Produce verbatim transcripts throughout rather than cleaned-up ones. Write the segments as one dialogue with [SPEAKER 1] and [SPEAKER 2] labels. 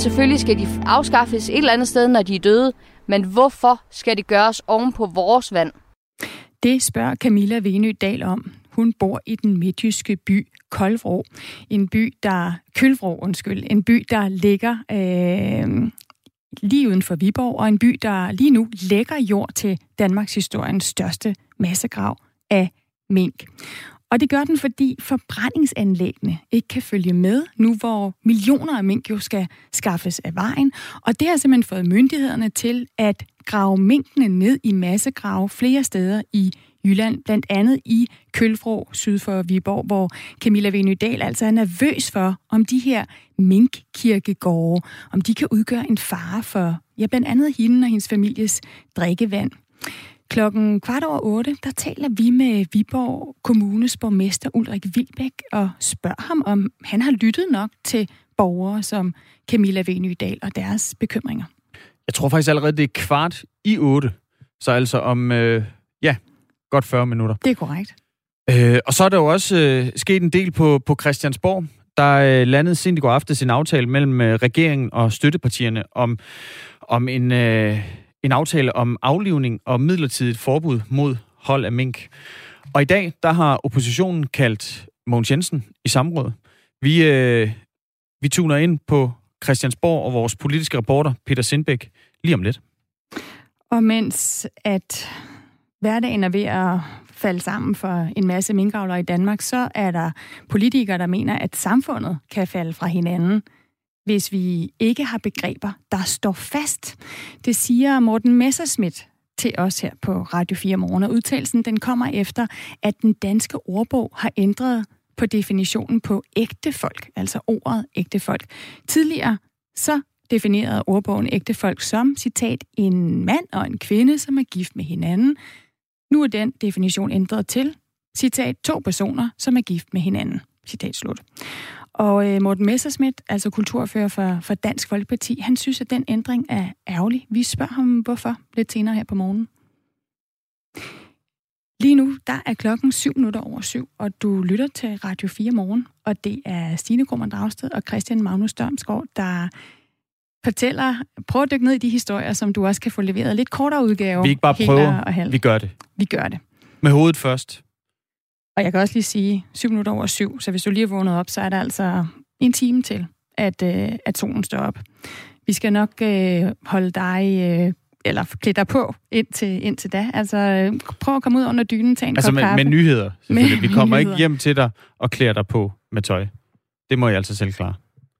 [SPEAKER 1] selvfølgelig skal de afskaffes et eller andet sted, når de er døde, men hvorfor skal det gøres oven på vores vand?
[SPEAKER 2] Det spørger Camilla Venø Dahl om. Hun bor i den midtjyske by Koldvrå. En by, der... Kølvrå, undskyld. En by, der ligger øh, lige uden for Viborg, og en by, der lige nu lægger jord til Danmarks historiens største massegrav af mink. Og det gør den, fordi forbrændingsanlæggene ikke kan følge med, nu hvor millioner af mink jo skal skaffes af vejen. Og det har simpelthen fået myndighederne til at grave minkene ned i massegrave flere steder i Jylland, blandt andet i Kølvrå, syd for Viborg, hvor Camilla Venø Dahl altså er nervøs for, om de her minkkirkegårde, om de kan udgøre en fare for, ja, blandt andet hende og hendes families drikkevand. Klokken kvart over otte, der taler vi med Viborg Kommunes borgmester Ulrik Wilbæk og spørger ham, om han har lyttet nok til borgere som Camilla Venø Dahl og deres bekymringer.
[SPEAKER 3] Jeg tror faktisk allerede, det er kvart i otte, så altså om, øh, ja, godt fyrre minutter.
[SPEAKER 2] Det er korrekt.
[SPEAKER 3] Øh, og så er der jo også øh, sket en del på, på Christiansborg. Der øh, landede sent i går aftes en aftale mellem øh, regeringen og støttepartierne om, om en... Øh, En aftale om aflivning og midlertidigt forbud mod hold af mink. Og i dag, der har oppositionen kaldt Mogens Jensen i samråd. Vi, øh, vi tuner ind på Christiansborg og vores politiske reporter, Peter Sindbæk, lige om lidt.
[SPEAKER 2] Og mens at hverdagen er ved at falde sammen for en masse minkavlere i Danmark, så er der politikere, der mener, at samfundet kan falde fra hinanden, hvis vi ikke har begreber, der står fast. Det siger Morten Messerschmidt til os her på Radio fire Morgen. Og udtalelsen den kommer efter, at den danske ordbog har ændret på definitionen på ægtefolk, altså ordet ægtefolk. Tidligere så definerede ordbogen ægtefolk som, citat, en mand og en kvinde, som er gift med hinanden. Nu er den definition ændret til, citat, to personer, som er gift med hinanden. Citat slut. Og øh, Morten Messerschmidt, altså kulturfører for, for Dansk Folkeparti, han synes, at den ændring er ærgerlig. Vi spørger ham, hvorfor, lidt senere her på morgenen. Lige nu, der er klokken syv minutter over syv, og du lytter til Radio fire Morgen, og det er Stine Krohmann Dragsted og Christian Magnus Dørmsgaard, der fortæller, prøv at dykke ned i de historier, som du også kan få leveret lidt kortere udgave.
[SPEAKER 3] Vi ikke bare prøver, vi gør det.
[SPEAKER 2] Vi gør det.
[SPEAKER 3] Med hovedet først.
[SPEAKER 2] Og jeg kan også lige sige syv minutter over syv, så hvis du lige er vågnet op, så er der altså en time til, at, øh, at solen står op. Vi skal nok øh, holde dig, øh, eller klæde dig på indtil, indtil da. Altså øh, prøv at komme ud under dynen, tage en
[SPEAKER 3] altså
[SPEAKER 2] kop
[SPEAKER 3] med,
[SPEAKER 2] kaffe.
[SPEAKER 3] med nyheder, selvfølgelig.
[SPEAKER 2] Med
[SPEAKER 3] Vi kommer
[SPEAKER 2] nyheder.
[SPEAKER 3] ikke hjem til dig og klæder dig på med tøj. Det må jeg altså selv klare.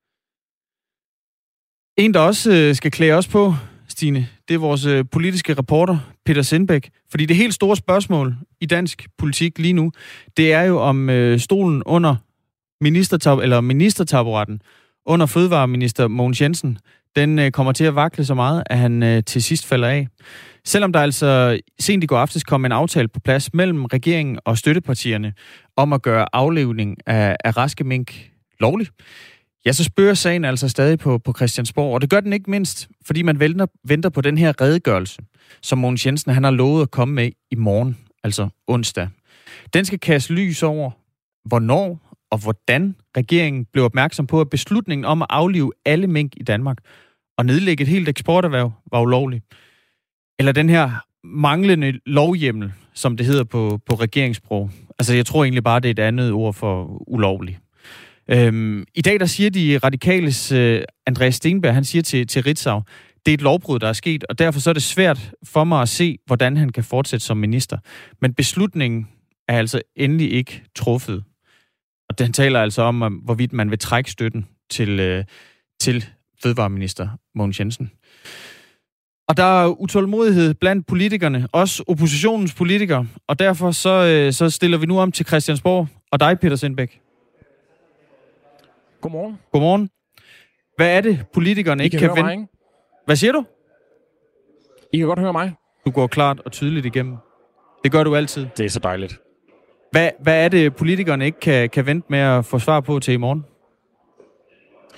[SPEAKER 3] En, der også øh, skal klæde os på, Stine, det er vores øh, politiske reporter, Peter Sindbæk. Fordi det helt store spørgsmål i dansk politik lige nu, det er jo om øh, stolen under ministertab- eller ministertaburetten under fødevareminister Mogens Jensen, den øh, kommer til at vakle så meget, at han øh, til sidst falder af. Selvom der altså sent i går aftes kom en aftale på plads mellem regeringen og støttepartierne om at gøre aflivning af, af raske mink lovlig, ja, så spørger sagen altså stadig på, på Christiansborg, og det gør den ikke mindst, fordi man venter, venter på den her redegørelse, som Mogens Jensen han har lovet at komme med i morgen, altså onsdag. Den skal kaste lys over, hvornår og hvordan regeringen blev opmærksom på, at beslutningen om at aflive alle mink i Danmark og nedlægge et helt eksporterhverv var ulovlig. Eller den her manglende lovhjemmel, som det hedder på, på regeringssprog. Altså, jeg tror egentlig bare, det er et andet ord for ulovlig. Øhm, I dag der siger de radikales øh, Andreas Steenberg, han siger til, til Ritzau, det er et lovbrud, der er sket, og derfor så er det svært for mig at se, hvordan han kan fortsætte som minister. Men beslutningen er altså endelig ikke truffet. Og den taler altså om, hvorvidt man vil trække støtten til, øh, til fødevareminister Mogens Jensen. Og der er utålmodighed blandt politikerne, også oppositionens politikere, og derfor så, øh, så stiller vi nu om til Christiansborg og dig, Peter Sindbæk.
[SPEAKER 4] Godmorgen.
[SPEAKER 3] Godmorgen. Hvad er det, politikerne ikke kan, kan vente? Hvad siger du?
[SPEAKER 4] I kan godt høre mig.
[SPEAKER 3] Du går klart og tydeligt igennem. Det gør du altid.
[SPEAKER 4] Det er så dejligt.
[SPEAKER 3] Hvad, hvad er det, politikerne ikke kan, kan vente med at få svar på til i morgen?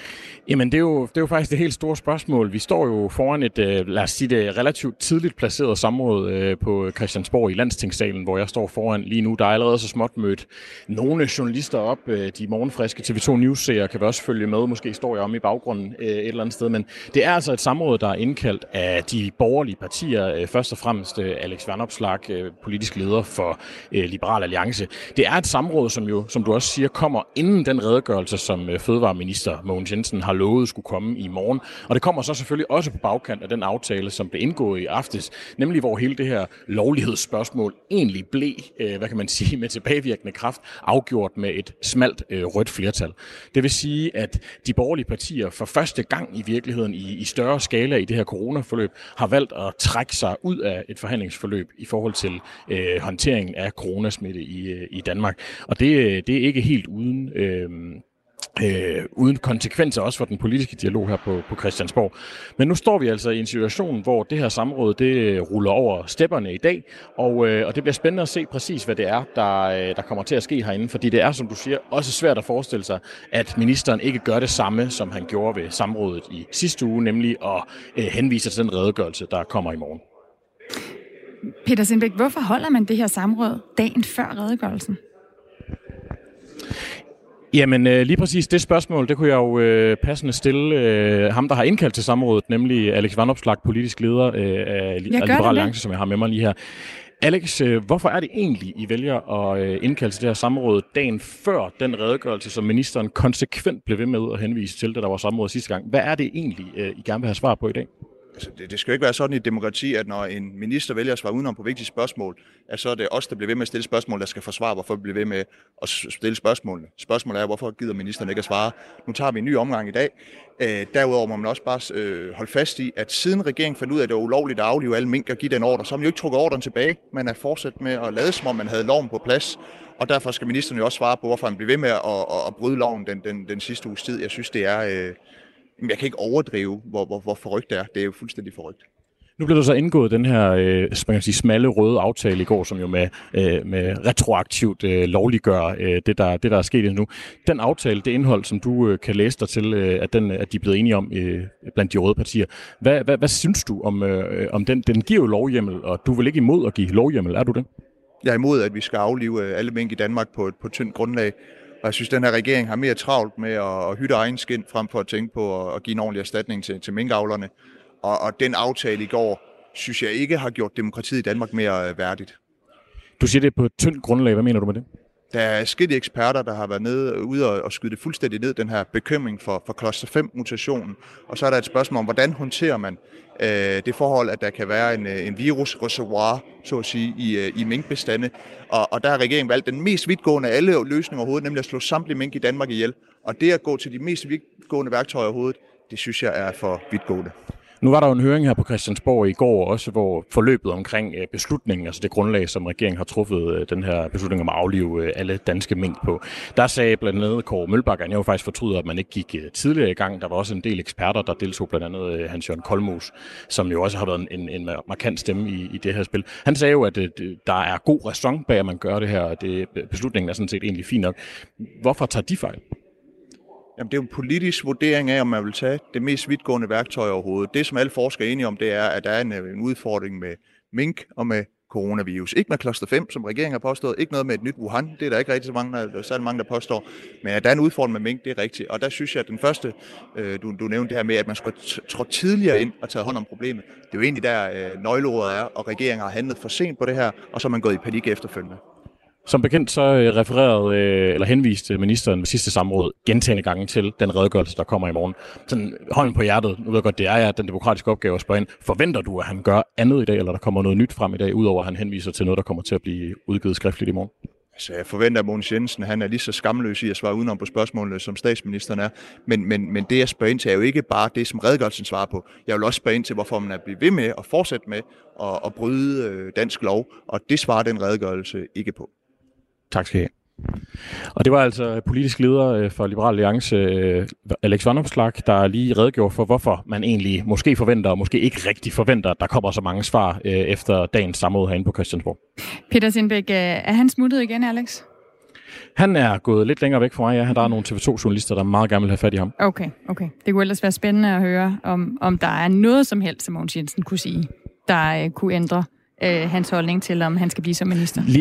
[SPEAKER 4] Jamen, det er, jo, det er jo faktisk det helt store spørgsmål. Vi står jo foran et, øh, lad os sige det, relativt tidligt placeret samråd øh, på Christiansborg i Landstingssalen, hvor jeg står foran lige nu. Der er allerede så småt mødt nogle journalister op. Øh, de morgenfriske T V to News-seere kan vi også følge med. Måske står jeg om i baggrunden øh, et eller andet sted. Men det er altså et samråd, der er indkaldt af de borgerlige partier. Øh, først og fremmest øh, Alex Vanopslagh, øh, politisk leder for øh, Liberal Alliance. Det er et samråd, som jo, som du også siger, kommer inden den redegørelse, som øh, fødevareminister Mogens Jensen har lovet skulle komme i morgen. Og det kommer så selvfølgelig også på bagkant af den aftale, som blev indgået i aftes, nemlig hvor hele det her lovlighedsspørgsmål egentlig blev, øh, hvad kan man sige, med tilbagevirkende kraft, afgjort med et smalt øh, rødt flertal. Det vil sige, at de borgerlige partier for første gang i virkeligheden i, i større skala i det her coronaforløb har valgt at trække sig ud af et forhandlingsforløb i forhold til øh, håndteringen af coronasmitte i, øh, i Danmark. Og det, det er ikke helt uden... Øh, Øh, uden konsekvenser også for den politiske dialog her på, på Christiansborg. Men nu står vi altså i en situation, hvor det her samråd, det ruller over stepperne i dag, og, øh, og det bliver spændende at se præcis, hvad det er, der, der kommer til at ske herinde, fordi det er, som du siger, også svært at forestille sig, at ministeren ikke gør det samme, som han gjorde ved samrådet i sidste uge, nemlig at øh, henvise til den redegørelse, der kommer i morgen.
[SPEAKER 2] Peter Sindbæk, hvorfor holder man det her samråd dagen før redegørelsen?
[SPEAKER 4] Jamen øh, lige præcis det spørgsmål, det kunne jeg jo øh, passende stille øh, ham, der har indkaldt til samrådet, nemlig Alex Vanopslagh, politisk leder øh, af, af Liberal Alliance, som jeg har med mig lige her. Alex, øh, hvorfor er det egentlig, I vælger at øh, indkalde til det her samråd dagen før den redegørelse, som ministeren konsekvent blev ved med at henvise til, da der var samråd sidste gang? Hvad er det egentlig, øh, I gerne vil have svar på i dag?
[SPEAKER 5] Altså, det, det skal jo ikke være sådan i et demokrati, at når en minister vælger at svare udenom på vigtige spørgsmål, at så er det os, der bliver ved med at stille spørgsmål, der skal forsvare, hvorfor vi bliver ved med at stille spørgsmålene. Spørgsmålet er, hvorfor gider ministeren ikke at svare? Nu tager vi en ny omgang i dag. Øh, derudover må man også bare øh, holde fast i, at siden regeringen fandt ud af, at det var ulovligt at aflive alle mink og give den ordre, så har man jo ikke trukket ordren tilbage. Man er fortsat med at lade som om, man havde loven på plads. Og derfor skal ministeren jo også svare på, hvorfor han bliver ved med at, at, at bryde loven den, den, den sidste uges tid. Jeg synes, det er... Øh, Jeg kan ikke overdrive, hvor, hvor, hvor forrygt det er. Det er jo fuldstændig forrygt.
[SPEAKER 4] Nu blev der så indgået den her øh, man kan sige, smalle røde aftale i går, som jo med, øh, med retroaktivt øh, lovliggør øh, det, der, det, der er sket nu. Den aftale, det indhold, som du øh, kan læse dig til, øh, at, den, at de er blevet enige om øh, blandt de røde partier. Hvad, hvad, hvad synes du om, øh, om den? Den giver jo lovhjemmel, og du er vel ikke imod at give lovhjemmel, er du det?
[SPEAKER 5] Jeg er imod, at vi skal aflive alle mink i Danmark på et på tyndt grundlag. Og jeg synes, at den her regering har mere travlt med at hytte egen skind, frem for at tænke på at give en ordentlig erstatning til, til minkavlerne. Og, og den aftale i går, synes jeg ikke har gjort demokratiet i Danmark mere værdigt.
[SPEAKER 4] Du siger det på et tyndt grundlag. Hvad mener du med det?
[SPEAKER 5] Der er skidte eksperter, der har været nede, ude og, og skyde det fuldstændig ned, den her bekymring for, for cluster fem mutationen. Og så er der et spørgsmål om, hvordan håndterer man øh, det forhold, at der kan være en, en virusreservoir, så at sige, i, i minkbestande. Og, og der har regeringen valgt den mest vidtgående af alle løsninger overhovedet, nemlig at slå samtlige mink i Danmark ihjel. Og det at gå til de mest vidtgående værktøjer overhovedet, det synes jeg er for vidtgående.
[SPEAKER 4] Nu var der jo en høring her på Christiansborg i går også, hvor forløbet omkring beslutningen, altså det grundlag, som regeringen har truffet den her beslutning om at aflive alle danske mink på. Der sagde blandt andet Kåre Mølbak, at jeg jo faktisk fortryder, at man ikke gik tidligere i gang. Der var også en del eksperter, der deltog, blandt andet Hans Jørgen Koldmus, som jo også har været en, en markant stemme i, i det her spil. Han sagde jo, at der er god ræson bag, at man gør det her, og det, beslutningen er sådan set egentlig fin nok. Hvorfor tager de fejl?
[SPEAKER 5] Jamen, det er jo en politisk vurdering af, om man vil tage det mest vidtgående værktøj overhovedet. Det, som alle forskere er enige om, det er, at der er en, en udfordring med mink og med coronavirus. Ikke med cluster fem, som regeringen har påstået. Ikke noget med et nyt Wuhan. Det er der ikke rigtig så mange, der, så er der mange, der påstår. Men at der er en udfordring med mink, det er rigtigt. Og der synes jeg, at den første, øh, du, du nævnte det her med, at man skulle tråde tidligere ind og tage hånd om problemet. Det er jo egentlig der øh, nøgleordet er, og regeringen har handlet for sent på det her, og så er man gået i panik efterfølgende.
[SPEAKER 4] Som bekendt så refererede eller henviste ministeren ved sidste samråd gentagne gange til den redegørelse, der kommer i morgen. Sådan hånden på hjertet, nu ved jeg godt, det er ja, den demokratiske opgave at spørge ind. Forventer du, at han gør andet i dag, eller der kommer noget nyt frem i dag, udover at han henviser til noget, der kommer til at blive udgivet skriftligt i morgen?
[SPEAKER 5] Altså, jeg forventer, at Mogens Jensen han er lige så skamløs i at svare udenom på spørgsmålene, som statsministeren er. Men, men, men det, jeg spørger ind til, er jo ikke bare det, som redegørelsen svarer på. Jeg vil også spørge ind til, hvorfor man er blevet ved med at fortsætte med at, at bryde dansk lov, og det svarer den redegørelse ikke på.
[SPEAKER 4] Tak skal I have. Og det var altså politisk leder for Liberal Alliance, Alex Vanopslagh, der lige redegjorde for, hvorfor man egentlig måske forventer, og måske ikke rigtig forventer, at der kommer så mange svar efter dagens samråd herinde på Christiansborg.
[SPEAKER 2] Peter Sindbæk, er han smuttet igen, Alex?
[SPEAKER 4] Han er gået lidt længere væk fra mig, ja. Der er nogle T V to-journalister, der meget gerne vil have fat i ham.
[SPEAKER 2] Okay, okay. Det kunne ellers være spændende at høre, om, om der er noget som helst, som Mogens Jensen kunne sige, der uh, kunne ændre uh, hans holdning til, om han skal blive som minister.
[SPEAKER 4] Lige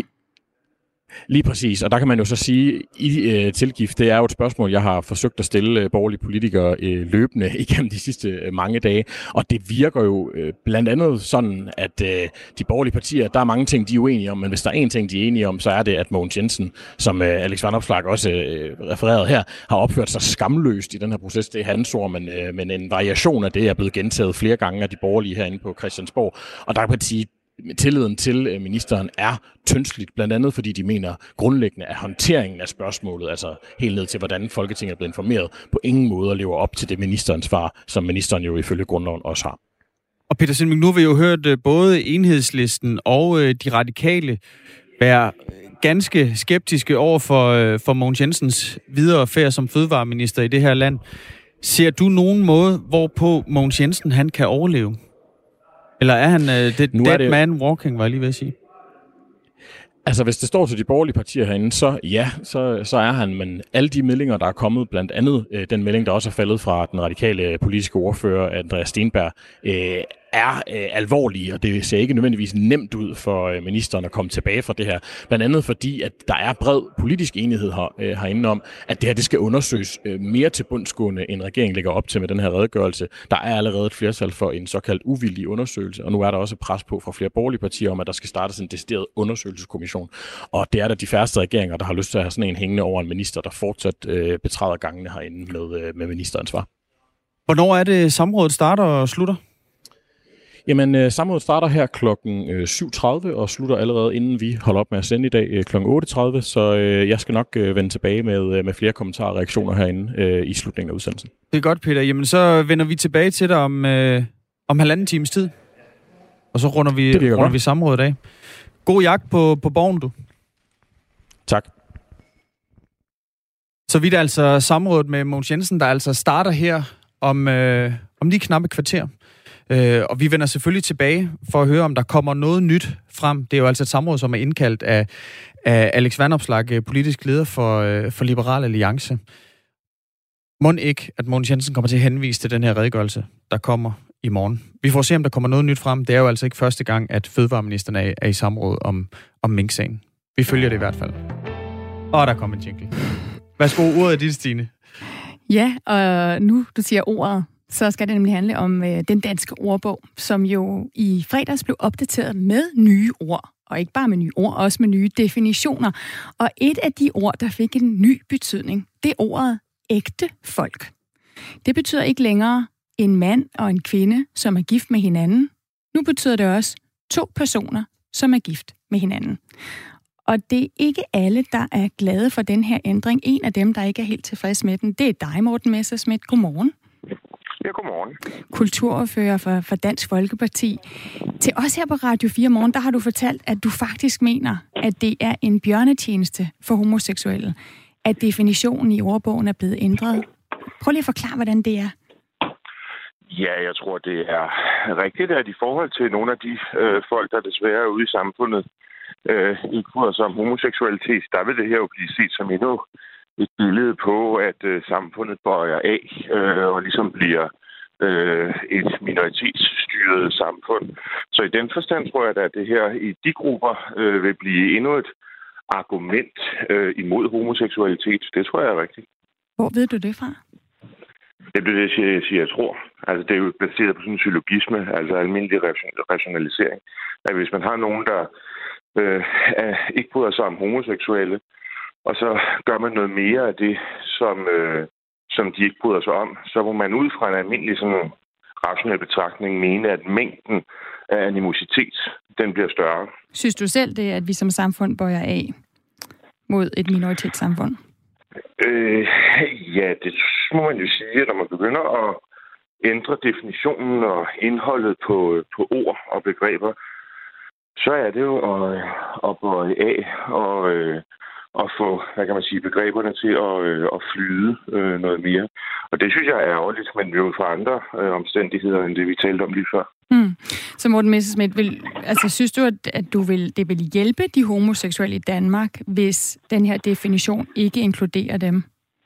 [SPEAKER 4] Lige præcis, og der kan man jo så sige, i øh, tilgift, det er jo et spørgsmål, jeg har forsøgt at stille øh, borgerlige politikere øh, løbende igennem de sidste øh, mange dage, og det virker jo øh, blandt andet sådan, at øh, de borgerlige partier, der er mange ting, de er uenige om, men hvis der er en ting, de er enige om, så er det, at Mogens Jensen, som øh, Alex Vanopslagh også øh, refererede her, har opført sig skamløst i den her proces. Det er hans ord, men, øh, men en variation af det er blevet gentaget flere gange af de borgerlige herinde på Christiansborg, og der kan man sige, tilliden til ministeren er tyndsligt, blandt andet fordi de mener grundlæggende, at håndteringen af spørgsmålet, altså helt ned til, hvordan Folketinget er blevet informeret, på ingen måde lever op til det ministeransvar, som ministeren jo ifølge grundloven også har.
[SPEAKER 3] Og Peter Sindbæk, nu har vi jo hørt både Enhedslisten og de radikale være ganske skeptiske over for, for Mogens Jensens videre færd som fødevareminister i det her land. Ser du nogen måde, hvorpå Mogens Jensen han kan overleve? Eller er han uh, det dead det... man walking, var jeg lige ved at sige?
[SPEAKER 4] Altså, hvis det står til de borgerlige partier herinde, så ja, så, så er han. Men alle de meldinger, der er kommet, blandt andet øh, den melding, der også er faldet fra den radikale politiske ordfører, Andreas Steenberg, øh, er øh, alvorlige, og det ser ikke nødvendigvis nemt ud for øh, ministeren at komme tilbage fra det her. Blandt andet fordi, at der er bred politisk enighed her, øh, herinde om, at det her det skal undersøges øh, mere til bundsgående, end regeringen lægger op til med den her redegørelse. Der er allerede et flertal for en såkaldt uvildig undersøgelse, og nu er der også pres på fra flere borgerlige partier om, at der skal startes en decideret undersøgelseskommission. Og det er der de færreste regeringer, der har lyst til at have sådan en hængende over en minister, der fortsat øh, betræder gangene herinde med, øh, med ministeransvar.
[SPEAKER 3] Hvornår er det samrådet starter og slutter?
[SPEAKER 4] Jamen, øh, samrådet starter her klokken øh, syv tredive og slutter allerede inden vi holder op med at sende i dag øh, klokken otte tredive, så øh, jeg skal nok øh, vende tilbage med, øh, med flere kommentarer og reaktioner herinde øh, i slutningen af udsendelsen. Det
[SPEAKER 3] er godt, Peter. Jamen, så vender vi tilbage til dig om, øh, om halvanden times tid, og så runder vi, runder vi samrådet af. God jagt på, på borgen, du.
[SPEAKER 4] Tak.
[SPEAKER 3] Så vidt altså samrådet med Mogens Jensen, der altså starter her om, øh, om lige knappe kvarter. Øh, og vi vender selvfølgelig tilbage for at høre, om der kommer noget nyt frem. Det er jo altså et samråd, som er indkaldt af, af Alex Vanopslagh, politisk leder for, øh, for Liberal Alliance. Mon ikke, at Mogens Jensen kommer til at henvise til den her redegørelse, der kommer i morgen. Vi får se, om der kommer noget nyt frem. Det er jo altså ikke første gang, at fødevareministeren er, er i samråd om, om minksagen. Vi følger det i hvert fald. Og der kommer en jingle. Værsgo, ordet er dit, Stine.
[SPEAKER 2] Ja, og nu du siger ordet, så skal det nemlig handle om øh, den danske ordbog, som jo i fredags blev opdateret med nye ord. Og ikke bare med nye ord, også med nye definitioner. Og et af de ord, der fik en ny betydning, det er ordet ægte folk. Det betyder ikke længere en mand og en kvinde, som er gift med hinanden. Nu betyder det også to personer, som er gift med hinanden. Og det er ikke alle, der er glade for den her ændring. En af dem, der ikke er helt tilfreds med den, det er dig, Morten Messerschmidt. Godmorgen.
[SPEAKER 6] Ja, godmorgen.
[SPEAKER 2] Kulturordfører for, for Dansk Folkeparti. Til os her på Radio fire Morgen, der har du fortalt, at du faktisk mener, at det er en bjørnetjeneste for homoseksuelle, at definitionen i ordbogen er blevet ændret. Prøv lige at forklare, hvordan det er.
[SPEAKER 6] Ja, jeg tror, det er rigtigt, at i forhold til nogle af de øh, folk, der desværre er ude i samfundet, øh, ikke bryder sig om homoseksualitet, der vil det her jo blive set som endnu et billede på, at øh, samfundet bøjer af øh, og ligesom bliver øh, et minoritetsstyret samfund. Så i den forstand tror jeg, at det her i de grupper øh, vil blive endnu et argument øh, imod homoseksualitet. Det tror jeg er rigtigt.
[SPEAKER 2] Hvor ved du det fra?
[SPEAKER 6] Det er det, jeg siger, jeg, siger, jeg tror. Altså, det er jo baseret på sådan en syllogisme, altså almindelig rationalisering. At hvis man har nogen, der øh, er, ikke bryder sig om homoseksuelle, og så gør man noget mere af det, som, øh, som de ikke bryder sig om, så må man ud fra en almindelig sådan, rationel betragtning mene, at mængden af animositet, den bliver større.
[SPEAKER 2] Synes du selv det, at vi som samfund bøjer af mod et minoritetssamfund?
[SPEAKER 6] Øh, ja, det må man jo sige, når man begynder at ændre definitionen og indholdet på, på ord og begreber, så er det jo at, at bøje af og, at få, hvad kan man sige, begreberne til at, øh, at flyde øh, noget mere. Og det synes jeg er ærgerligt, men jo for andre øh, omstændigheder, end det vi talte om lige før.
[SPEAKER 2] Mm. Så Morten Messerschmidt, vil, altså, synes du, at, at du vil, det vil hjælpe de homoseksuelle i Danmark, hvis den her definition ikke inkluderer dem?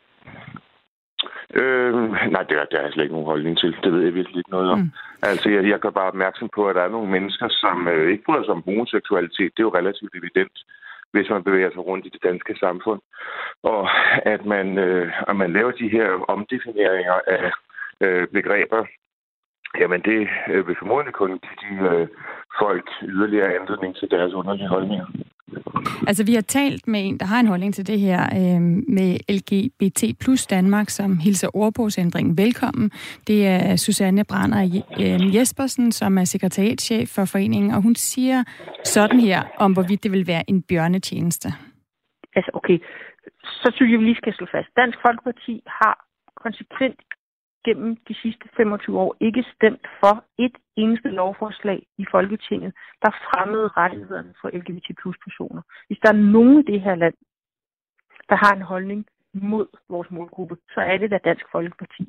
[SPEAKER 6] Øh, nej, det er, det er jeg slet ikke nogen holdning til. Det ved jeg virkelig ikke noget om. Mm. Altså, jeg, jeg gør bare opmærksom på, at der er nogle mennesker, som øh, ikke bryder sig om homoseksualitet. Det er jo relativt evident, hvis man bevæger sig rundt i det danske samfund. Og at man, øh, at man laver de her omdefineringer af øh, begreber, jamen det øh, vil formodentlig kun give de øh, folk yderligere anledning til deres underlige holdninger.
[SPEAKER 2] Altså, vi har talt med en, der har en holdning til det her, øh, med L G B T plus Danmark, som hilser ordbogsændringen velkommen. Det er Susanne Brander øh, Jespersen, som er sekretariatschef for foreningen, og hun siger sådan her, om hvorvidt det vil være en bjørnetjeneste.
[SPEAKER 7] Altså, okay, så synes jeg, vi lige skal slå fast. Dansk Folkeparti har konsekvent gennem de sidste femogtyve år ikke stemt for et eneste lovforslag i Folketinget, der fremmede rettighederne for L G B T plus personer. Hvis der er nogen i det her land, der har en holdning mod vores målgruppe, så er det da Dansk Folkeparti.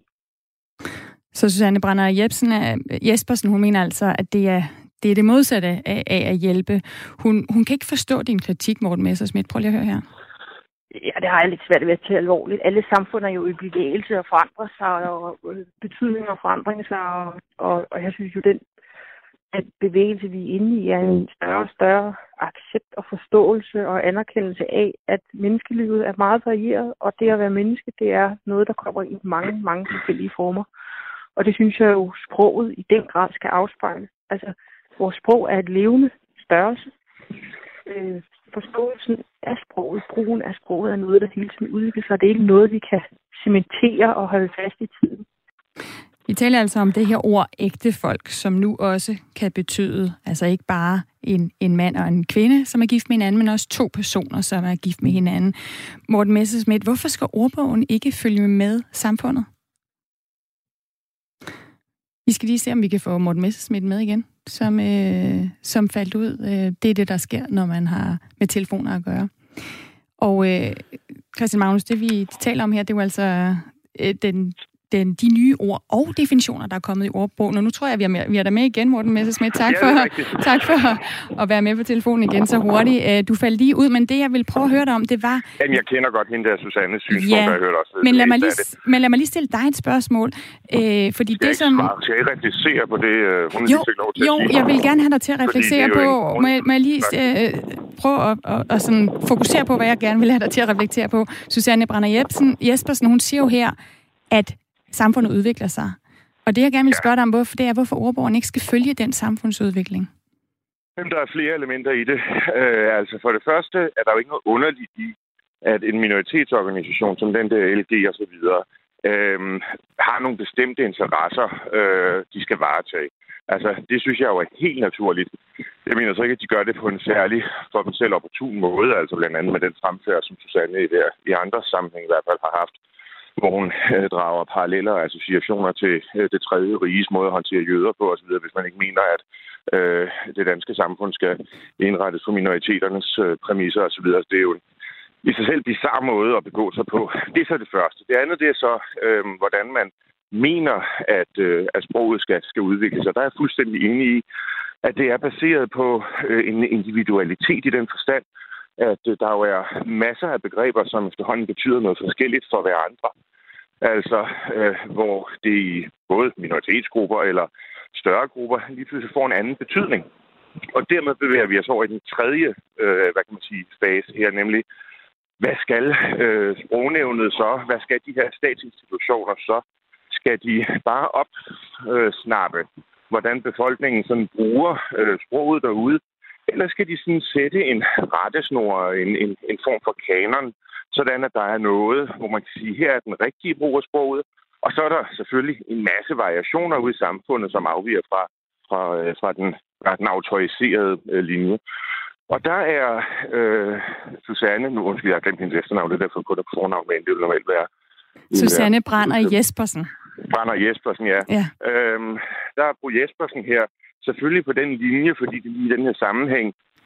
[SPEAKER 2] Så Susanne Brander Jebsen, Jespersen, hun mener altså, at det er det, er det modsatte af, af at hjælpe. Hun, hun kan ikke forstå din kritik, Morten Messerschmidt. Prøv lige at høre her.
[SPEAKER 7] Ja, det har jeg lidt svært ved at tage alvorligt. Alle samfund er jo i bevægelse og forandrer sig, og betydninger forandrer sig, og, og, og jeg synes jo, den at bevægelse, vi er inde i, er en større og større accept og forståelse og anerkendelse af, at menneskelivet er meget varieret, og det at være menneske, det er noget, der kommer i mange, mange forskellige former. Og det synes jeg jo, sproget i den grad skal afspejle. Altså, vores sprog er et levende størrelse. Øh, Forståelsen af sproget, brugen af sproget er noget, der hele tiden udvikler sig. Det er ikke noget, vi kan cementere og holde fast i tiden.
[SPEAKER 2] Vi taler altså om det her ord ægtefolk, som nu også kan betyde, altså ikke bare en, en mand og en kvinde, som er gift med hinanden, men også to personer, som er gift med hinanden. Morten Messerschmidt, hvorfor skal ordbogen ikke følge med samfundet? Vi skal lige se, om vi kan få Morten Messerschmidt med igen, som, øh, som faldt ud. Det er det, der sker, når man har med telefoner at gøre. Og øh, Christian Magnus, det vi taler om her, det er jo altså øh, den, den, de nye ord og definitioner, der er kommet i ordbogen. Og nu tror jeg, vi er, med, vi er der med igen, Morten Messerschmidt. Tak for, tak for at være med på telefonen igen så hurtigt. Du faldt lige ud, men det, jeg ville prøve at høre dig om, det var...
[SPEAKER 6] Jamen, jeg kender godt hende der, Susannes synspunkt,
[SPEAKER 2] ja,
[SPEAKER 6] der jeg hørte også.
[SPEAKER 2] Men lad, mig lige, men lad mig lige stille dig et spørgsmål. Øh, fordi
[SPEAKER 6] skal
[SPEAKER 2] det, som...
[SPEAKER 6] Skal jeg ikke reflektere på det, hun
[SPEAKER 2] jo,
[SPEAKER 6] fik lov til
[SPEAKER 2] jo,
[SPEAKER 6] at sige?
[SPEAKER 2] Jeg vil gerne have dig til at reflektere på... Må jeg, må jeg lige øh, prøve at, at, at sådan fokusere på, hvad jeg gerne vil have dig til at reflektere på? Susanne Brander Jespersen, hun siger jo her, at samfundet udvikler sig. Og det, jeg gerne vil spørge dig om, hvorfor, det er, hvorfor ordbogen ikke skal følge den samfundsudvikling.
[SPEAKER 6] Jamen, der er flere elementer i det. Øh, altså for det første er der jo ikke noget underligt i, at en minoritetsorganisation som den der L G og så videre øh, har nogle bestemte interesser, øh, de skal varetage. Altså, det synes jeg jo er helt naturligt. Jeg mener så ikke, at de gør det på en særlig, for dem selv opportun måde, altså blandt andet med den fremfærd, som Susanne i, der, i andre sammenhæng i hvert fald har haft, hvor hun øh, drager paralleller og associationer til øh, det tredje riges måde at håndtere jøder på osv., hvis man ikke mener, at øh, det danske samfund skal indrettes på minoriteternes øh, præmisser osv. Det er jo en, i sig selv bizarre måde at begå sig på. Det er så det første. Det andet det er så, øh, hvordan man mener, at, øh, at sproget skal, skal udvikle sig. Der er jeg fuldstændig enig i, at det er baseret på øh, en individualitet i den forstand, at øh, der jo er masser af begreber, som efterhånden betyder noget forskelligt for hver andre. Altså, øh, hvor det i både minoritetsgrupper eller større grupper lige pludselig får en anden betydning. Og dermed bevæger vi os over i den tredje, øh, hvad kan man sige, fase her, nemlig, hvad skal øh, sprognævnet så? Hvad skal de her statsinstitutioner så? Skal de bare opsnappe, øh, hvordan befolkningen sådan bruger øh, sproget derude? Eller skal de sådan sætte en rettesnor, en, en, en form for kanon, sådan at der er noget, hvor man kan sige, her er den rigtige brug af sproget, og så er der selvfølgelig en masse variationer ude i samfundet, som afviger fra, fra, fra, den, fra den autoriserede øh, linje. Og der er øh, Susanne, nu undskyld, jeg har glemt hendes efternavn, det er derfor kun der på fornavn, men det vil normalt være...
[SPEAKER 2] Susanne Brander Jespersen.
[SPEAKER 6] Brander Jespersen, ja. ja. Øhm, der er fru Jespersen her, selvfølgelig på den linje, fordi det lige i den her sammenhæng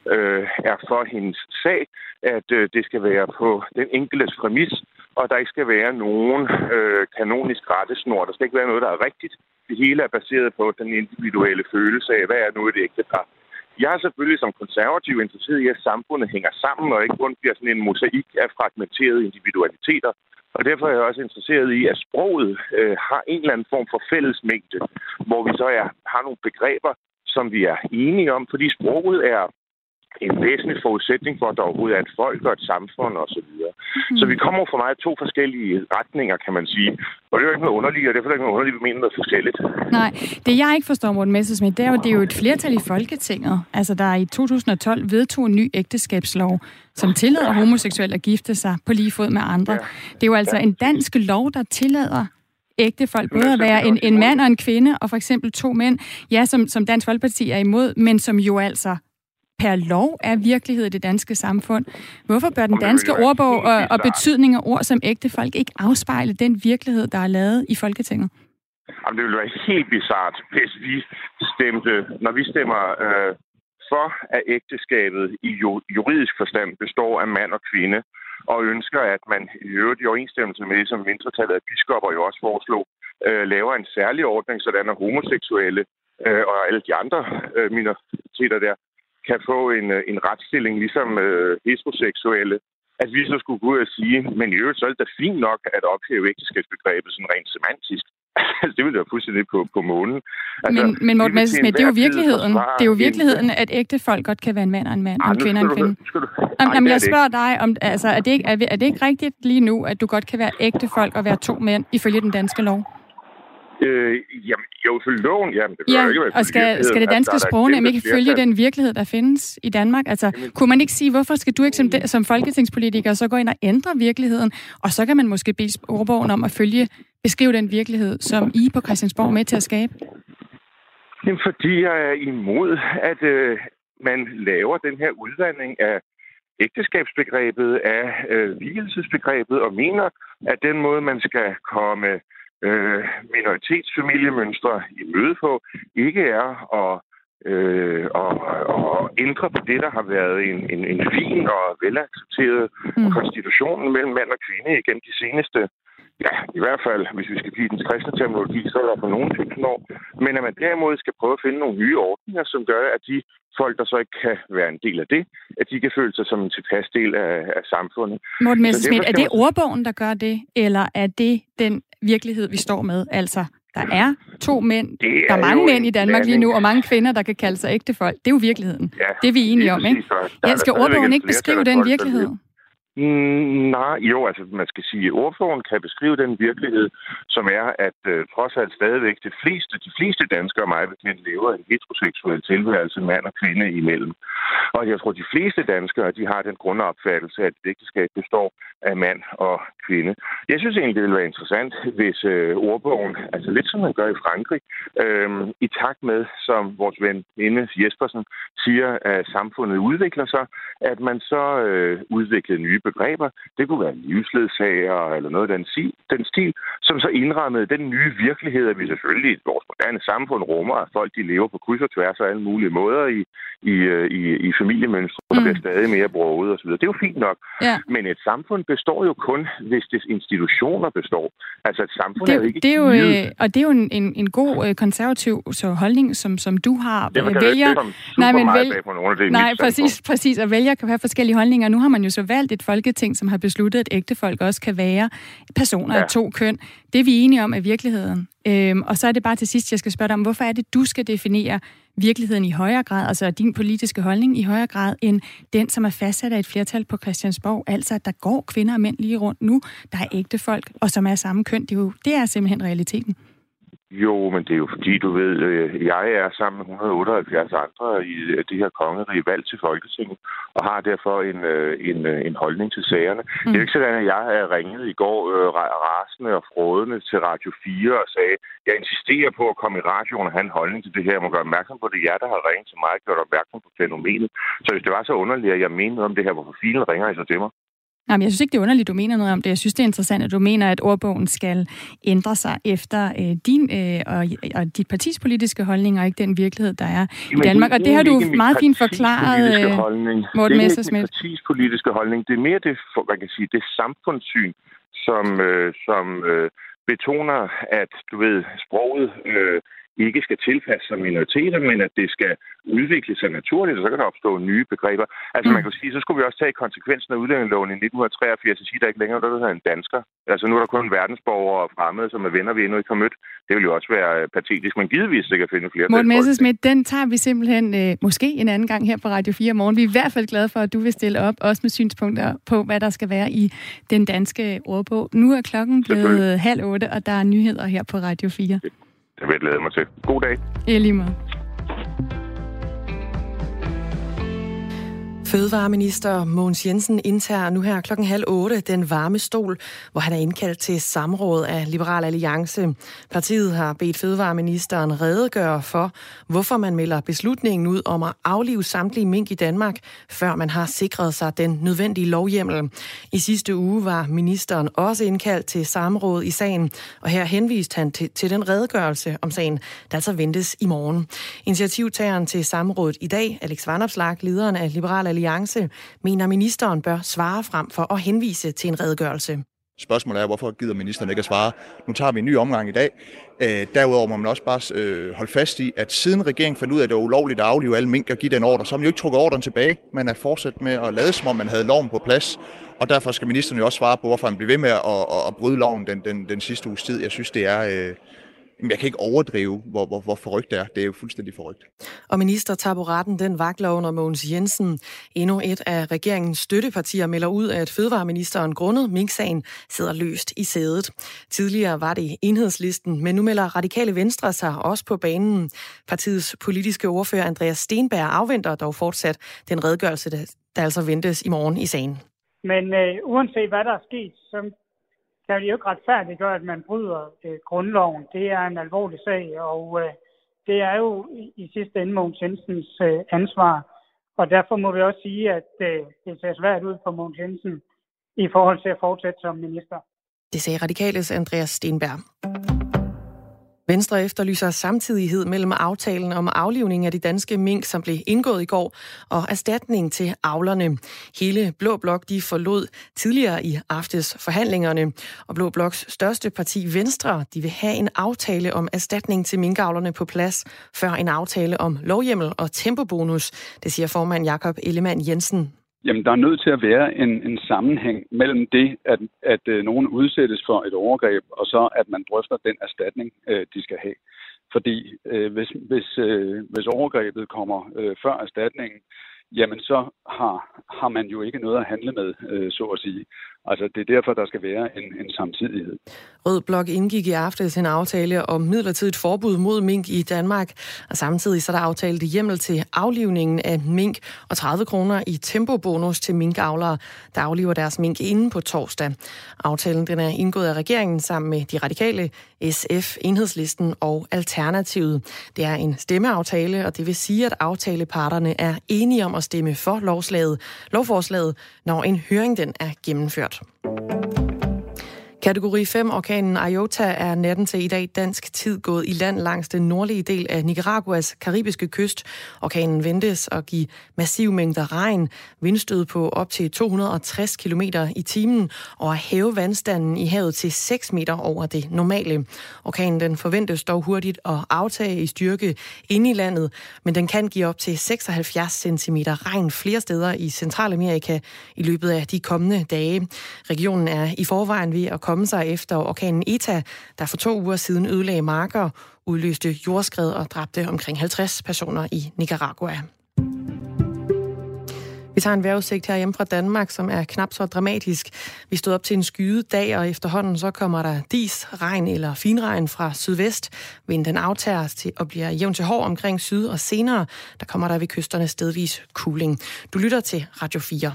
[SPEAKER 6] øh, er for hendes sag, at øh, det skal være på den enkeltes præmis, og der ikke skal være nogen øh, kanonisk rettesnor. Der skal ikke være noget, der er rigtigt. Det hele er baseret på den individuelle følelse af, hvad er nu et ægtepar. Jeg er selvfølgelig som konservativ interesseret i, at samfundet hænger sammen, og ikke kun bliver sådan en mosaik af fragmenterede individualiteter. Og derfor er jeg også interesseret i, at sproget øh, har en eller anden form for fællesmængde, hvor vi så er, har nogle begreber, som vi er enige om, fordi sproget er en væsentlig forudsætning for, at der overhovedet er et folk og et samfund osv. Mm. Så vi kommer fra meget to forskellige retninger, kan man sige. Og det er jo ikke noget underligt, og derfor er det ikke noget underligt, vi mener noget forskelligt.
[SPEAKER 2] Nej, det jeg ikke forstår, Morten Messerschmidt, det er jo, det er jo et flertal i Folketinget, altså der i to tusind og tolv vedtog en ny ægteskabslov, som tillader homoseksuelle at gifte sig på lige fod med andre. Ja. Det er jo altså ja. en dansk lov, der tillader ægtefolk både at være en, en mand og en kvinde, og for eksempel to mænd, ja, som, som Dansk Folkeparti er imod, men som jo altså per lov er virkelighed i det danske samfund. Hvorfor bør den danske ordbog og, og betydning af ord som ægtefolk ikke afspejle den virkelighed, der er lavet i Folketinget?
[SPEAKER 6] Jamen, det ville være helt bizarrt, hvis vi stemte, når vi stemmer øh, for, at ægteskabet i juridisk forstand består af mand og kvinde, og ønsker, at man i øvrigt i overensstemmelse med, som mindretallet af biskopper jo også foreslog, øh, laver en særlig ordning, sådan at homoseksuelle øh, og alle de andre øh, minoriteter der kan få en, en retsstilling, ligesom øh, heteroseksuelle, at vi så skulle gå ud og sige, men i øvrigt så er det da fint nok at ophæve ægteskabsbegrebet sådan rent semantisk. Det ville være fuldstændig på, på månen. Altså,
[SPEAKER 2] men, men Morten Messerschmidt, det er jo virkeligheden. Det er jo virkeligheden, at ægtefolk godt kan være en mand og en mand, og en kvinde og en kvinde. Jamen, jeg spørger dig, om, altså, er, det ikke, er, er det ikke rigtigt lige nu, at du godt kan være ægtefolk og være to mænd, ifølge den danske lov?
[SPEAKER 6] Øh, jamen, jo, ifølge loven, jamen, det
[SPEAKER 2] ja,
[SPEAKER 6] jo ikke være
[SPEAKER 2] og skal, skal det danske sprognævn ikke følge den virkelighed, der findes i Danmark? Altså, jamen, kunne man ikke sige, hvorfor skal du ikke som, de, som folketingspolitiker så gå ind og ændre virkeligheden, og så kan man måske bede ordbogen om at følge, beskrive den virkelighed, som I på Christiansborg er med til at skabe?
[SPEAKER 6] Jamen, fordi jeg er imod, at øh, man laver den her udvandring af ægteskabsbegrebet, af øh, vigelsesbegrebet, og mener, at den måde, man skal komme Øh, minoritetsfamiliemønstre i møde på, ikke er at, øh, at, at ændre på det, der har været en, en, en fin og velaccepteret mm. konstitution mellem mand og kvinde igennem de seneste, ja, i hvert fald, hvis vi skal blive den kristne terminologi, så er der på nogle tusind år. Men at man derimod skal prøve at finde nogle nye ordninger, som gør, at de folk, der så ikke kan være en del af det, at de kan føle sig som en tilpas del af, af samfundet.
[SPEAKER 2] Morten Messerschmidt, er det ordbogen, der gør det, eller er det den virkelighed, vi står med? Altså, der er to mænd, er der er mange mænd i Danmark lige nu, og mange kvinder, der kan kalde sig ægtefolk. Det er jo virkeligheden. Ja, det er vi enige om, ikke? Ja, skal ordbogen ikke beskrive den virkelighed?
[SPEAKER 6] Mm, nej, jo, altså man skal sige, at ordbogen kan beskrive den virkelighed, som er, at øh, trods alt stadigvæk de fleste, de fleste danskere, mig bekendt, lever en heteroseksuel tilværelse, mand og kvinde imellem. Og jeg tror, de fleste danskere, de har den grundopfattelse, at et ægteskab består af mand og kvinde. Jeg synes egentlig, det ville være interessant, hvis øh, ordbogen, altså lidt som man gør i Frankrig, øh, i takt med, som vores ven Inde Jespersen siger, at samfundet udvikler sig, at man så øh, udvikler nye begreber. Det kunne være livsledsager eller noget af den, den stil, som så indrammede den nye virkelighed, at vi selvfølgelig i vores moderne samfund rummer, at folk de lever på kryds og tværs af alle mulige måder i, i, i, i familiemønstre, der mm. bliver stadig mere broget osv. Det er jo fint nok. Ja. Men et samfund består jo kun, hvis dets institutioner består. Altså et samfund det, er jo ikke...
[SPEAKER 2] Det er jo, øh, og det er jo en, en, en god øh, konservativ så holdning, som, som du har.
[SPEAKER 6] Det kan vælger... Nej, men vælg... på nogle af det
[SPEAKER 2] Nej, præcis, præcis. Og vælger kan have forskellige holdninger. Nu har man jo så valgt et folketing, som har besluttet, at ægtefolk også kan være personer ja. af to køn. Det er vi enige om er virkeligheden. Øhm, og så er det bare til sidst, jeg skal spørge dig om, hvorfor er det, du skal definere virkeligheden i højere grad, altså din politiske holdning i højere grad, end den, som er fastsat af et flertal på Christiansborg. Altså, at der går kvinder og mænd lige rundt nu, der er ægtefolk, og som er samme køn. Det er, jo, det er simpelthen realiteten.
[SPEAKER 6] Jo, men det er jo fordi, du ved, jeg er sammen med et hundrede otteoghalvfjerds andre i det her kongerige valg til Folketinget, og har derfor en, en, en holdning til sagerne. Mm. Det er jo ikke sådan, at jeg ringede i går øh, rasende og frådende til Radio fire og sagde, jeg insisterer på at komme i radioen og have en holdning til det her. Jeg må gøre opmærksom på det. Jeg, der har ringet til mig, gjort opmærksom på fænomenet. Så hvis det var så underligt, at jeg mente noget om det her, hvorfor filen ringer I så til mig?
[SPEAKER 2] Jamen, jeg synes ikke, det er underligt, du mener noget om det. Jeg synes, det er interessant, at du mener, at ordbogen skal ændre sig efter øh, din øh, og, og dit partis politiske holdning, og ikke den virkelighed, der er i Danmark. Og det har du meget fint forklaret, Morten Messerschmidt.
[SPEAKER 6] Det er ikke min partiske holdning. Det er mere det, for, man kan sige, det samfundssyn, som, øh, som øh, betoner, at du ved, sproget øh, ikke skal tilpasse sig minoriteter, men at det skal udvikle sig naturligt, og så kan der opstå nye begreber. Altså mm. man kan sige, så skulle vi også tage konsekvensen af udlændingeloven i nitten treogfirs og sige, at der ikke længere er der en dansker. Altså nu er der kun verdensborgere og fremmede, som er venner, vi endnu ikke har mødt. Det vil jo også være patetisk, men givetvis sikkert finde flere.
[SPEAKER 2] Morten Messerschmidt, den tager vi simpelthen øh, måske en anden gang her på Radio fire morgen. Vi er i hvert fald glade for, at du vil stille op, også med synspunkter på, hvad der skal være i den danske ordbog. Nu er klokken blevet halv otte, og der er nyheder her på Radio fire.
[SPEAKER 6] Det vil jeg glæde mig til. God dag.
[SPEAKER 2] I lige måde.
[SPEAKER 8] Fødevareminister Mogens Jensen indtager nu her klokken halv otte den varme stol, hvor han er indkaldt til samråd af Liberal Alliance. Partiet har bedt fødevareministeren redegøre for, hvorfor man melder beslutningen ud om at aflive samtlige mink i Danmark, før man har sikret sig den nødvendige lovhjemmel. I sidste uge var ministeren også indkaldt til samråd i sagen, og her henviste han til, til den redegørelse om sagen, der altså ventes i morgen. Initiativtageren til samrådet i dag, Alex Vanopslagh, lederen af Liberal Alliance, mener ministeren bør svare frem for at henvise til en redegørelse.
[SPEAKER 5] Spørgsmålet er, hvorfor gider ministeren ikke at svare? Nu tager vi en ny omgang i dag. Øh, derudover må man også bare øh, holde fast i, at siden regeringen fandt ud af, at det var ulovligt at aflive alle mink og give den ordre, så har man jo ikke trukket ordren tilbage. Man er fortsat med at lade som om, man havde loven på plads. Og derfor skal ministeren jo også svare på, hvorfor han bliver ved med at, at, at bryde loven den, den, den sidste uges tid. Jeg synes, det er... Øh, Jeg kan ikke overdrive, hvor, hvor, hvor forrygt det er. Det er jo fuldstændig forrygt.
[SPEAKER 8] Og ministertaburetten, den vakler under Mogens Jensen. Endnu et af regeringens støttepartier melder ud, at fødevareministeren grundet minksagen sidder løst i sædet. Tidligere var det Enhedslisten, men nu melder Radikale Venstre sig også på banen. Partiets politiske ordfører Andreas Steenberg afventer dog fortsat den redegørelse, der altså ventes i morgen i sagen.
[SPEAKER 9] Men øh, uanset hvad der er sket, så kan det jo ikke retfærdiggøre, at man bryder øh, grundloven. Det er en alvorlig sag, og øh, det er jo i, i sidste ende Mogens Jensens øh, ansvar. Og derfor må vi også sige, at øh, det ser svært ud for Mogens Jensen i forhold til at fortsætte som minister.
[SPEAKER 8] Det sagde Radikales Andreas Steenberg. Venstre efterlyser samtidighed mellem aftalen om aflivning af de danske mink, som blev indgået i går, og erstatning til avlerne. Hele Blå Blok de forlod tidligere i aftes forhandlingerne, og Blå Bloks største parti Venstre de vil have en aftale om erstatning til minkavlerne på plads, før en aftale om lovhjemmel og tempobonus, det siger formand Jakob Ellemann Jensen.
[SPEAKER 10] Jamen, der er nødt til at være en, en sammenhæng mellem det, at, at øh, nogen udsættes for et overgreb, og så at man drøfter den erstatning, øh, de skal have. Fordi øh, hvis, hvis, øh, hvis overgrebet kommer øh, før erstatningen, jamen så har, har man jo ikke noget at handle med, øh, så at sige. Altså, det er derfor, der skal være en, en samtidighed.
[SPEAKER 8] Rød Blok indgik i aftes en aftale om midlertidigt forbud mod mink i Danmark, og samtidig så der aftalt hjemmel til aflivningen af mink og tredive kroner i tempobonus til minkavlere, der afliver deres mink inden på torsdag. Aftalen den er indgået af regeringen sammen med de radikale, S F, Enhedslisten og Alternativet. Det er en stemmeaftale, og det vil sige, at aftaleparterne er enige om at stemme for lovslaget, lovforslaget, når en høring den er gennemført. Kategori fem orkanen Iota er natten til i dag dansk tid gået i land langs den nordlige del af Nicaraguas karibiske kyst. Orkanen ventes at give massiv mængder regn, vindstød på op til to hundrede og tres kilometer i timen og at hæve vandstanden i havet til seks meter over det normale. Orkanen den forventes dog hurtigt at aftage i styrke inde i landet, men den kan give op til seksoghalvfjerds centimeter regn flere steder i Centralamerika i løbet af de kommende dage. Regionen er i forvejen ved at komme sig efter orkanen Eta, der for to uger siden ødelagde marker, udløste jordskred og dræbte omkring halvtreds personer i Nicaragua. Vi tager en vejrudsigt herhjemme fra Danmark, som er knap så dramatisk. Vi stod op til en skyet dag, og efterhånden så kommer der dis, regn eller finregn fra sydvest. Vinden aftager til og bliver jævn til hård omkring syd, og senere der kommer der ved kysterne stedvis kuling. Du lytter til Radio fire.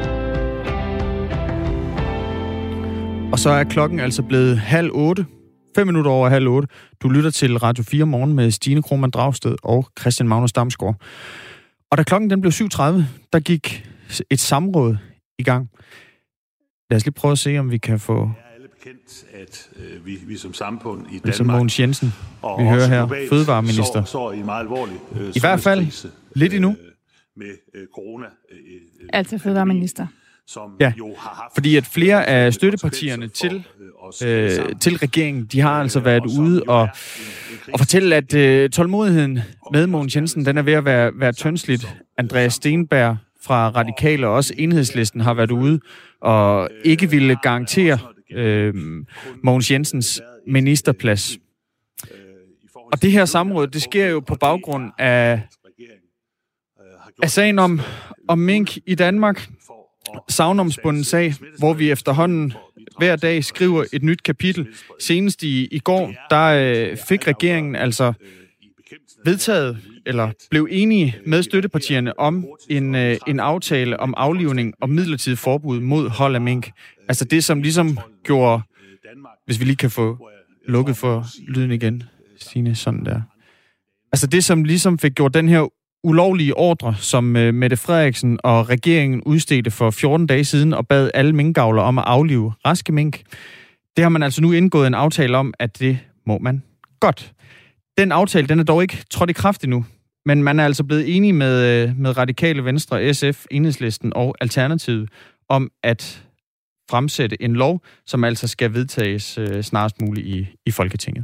[SPEAKER 3] Og så er klokken altså blevet halv otte. Fem minutter over halv otte. Du lytter til Radio fire Morgen med Stine Krohmann Dragsted og Christian Magnus Damsgaard. Og da klokken den blev syv tredive, der gik et samråd i gang. Lad os lige prøve at se, om vi kan få...
[SPEAKER 11] Kendt, at øh, vi, vi som samfund i
[SPEAKER 3] Danmark, som
[SPEAKER 11] Mogens
[SPEAKER 3] Jensen, vi hører her, fødevareminister,
[SPEAKER 11] så, så i meget alvorlig øh,
[SPEAKER 3] i hvert fald lidt endnu.
[SPEAKER 11] Øh, med øh, corona. Øh, øh,
[SPEAKER 2] altså fødevareminister.
[SPEAKER 11] Som
[SPEAKER 3] ja,
[SPEAKER 11] jo har haft
[SPEAKER 3] fordi at flere af støttepartierne til, øh, til regeringen, de har altså været ude og, og fortælle, at øh, tålmodigheden med Mogens Jensen, den er ved at være, være tyndsligt. Andreas Steenberg fra Radikale og også Enhedslisten har været ude og ikke ville garantere øh, Mogens Jensens ministerplads. Og det her samråd, det sker jo på baggrund af, af sagen om, om mink i Danmark. Savnomsbunden sag, hvor vi efterhånden hver dag skriver et nyt kapitel. Senest i, i går, der øh, fik regeringen altså vedtaget, eller blev enige med støttepartierne om en, øh, en aftale om aflivning og midlertidigt forbud mod hold af mink. Altså det, som ligesom gjorde, hvis vi lige kan få lukket for lyden igen, Stine, sådan der. Altså det, som ligesom fik gjort den her ulovlige ordre, som øh, Mette Frederiksen og regeringen udstedte for fjorten dage siden og bad alle minkavlere om at aflive raske mink. Det har man altså nu indgået en aftale om, at det må man godt. Den aftale, den er dog ikke trådt i kraft endnu, men man er altså blevet enige med, øh, med Radikale Venstre, S F, Enhedslisten og Alternativet om at fremsætte en lov, som altså skal vedtages øh, snarest muligt i, i Folketinget.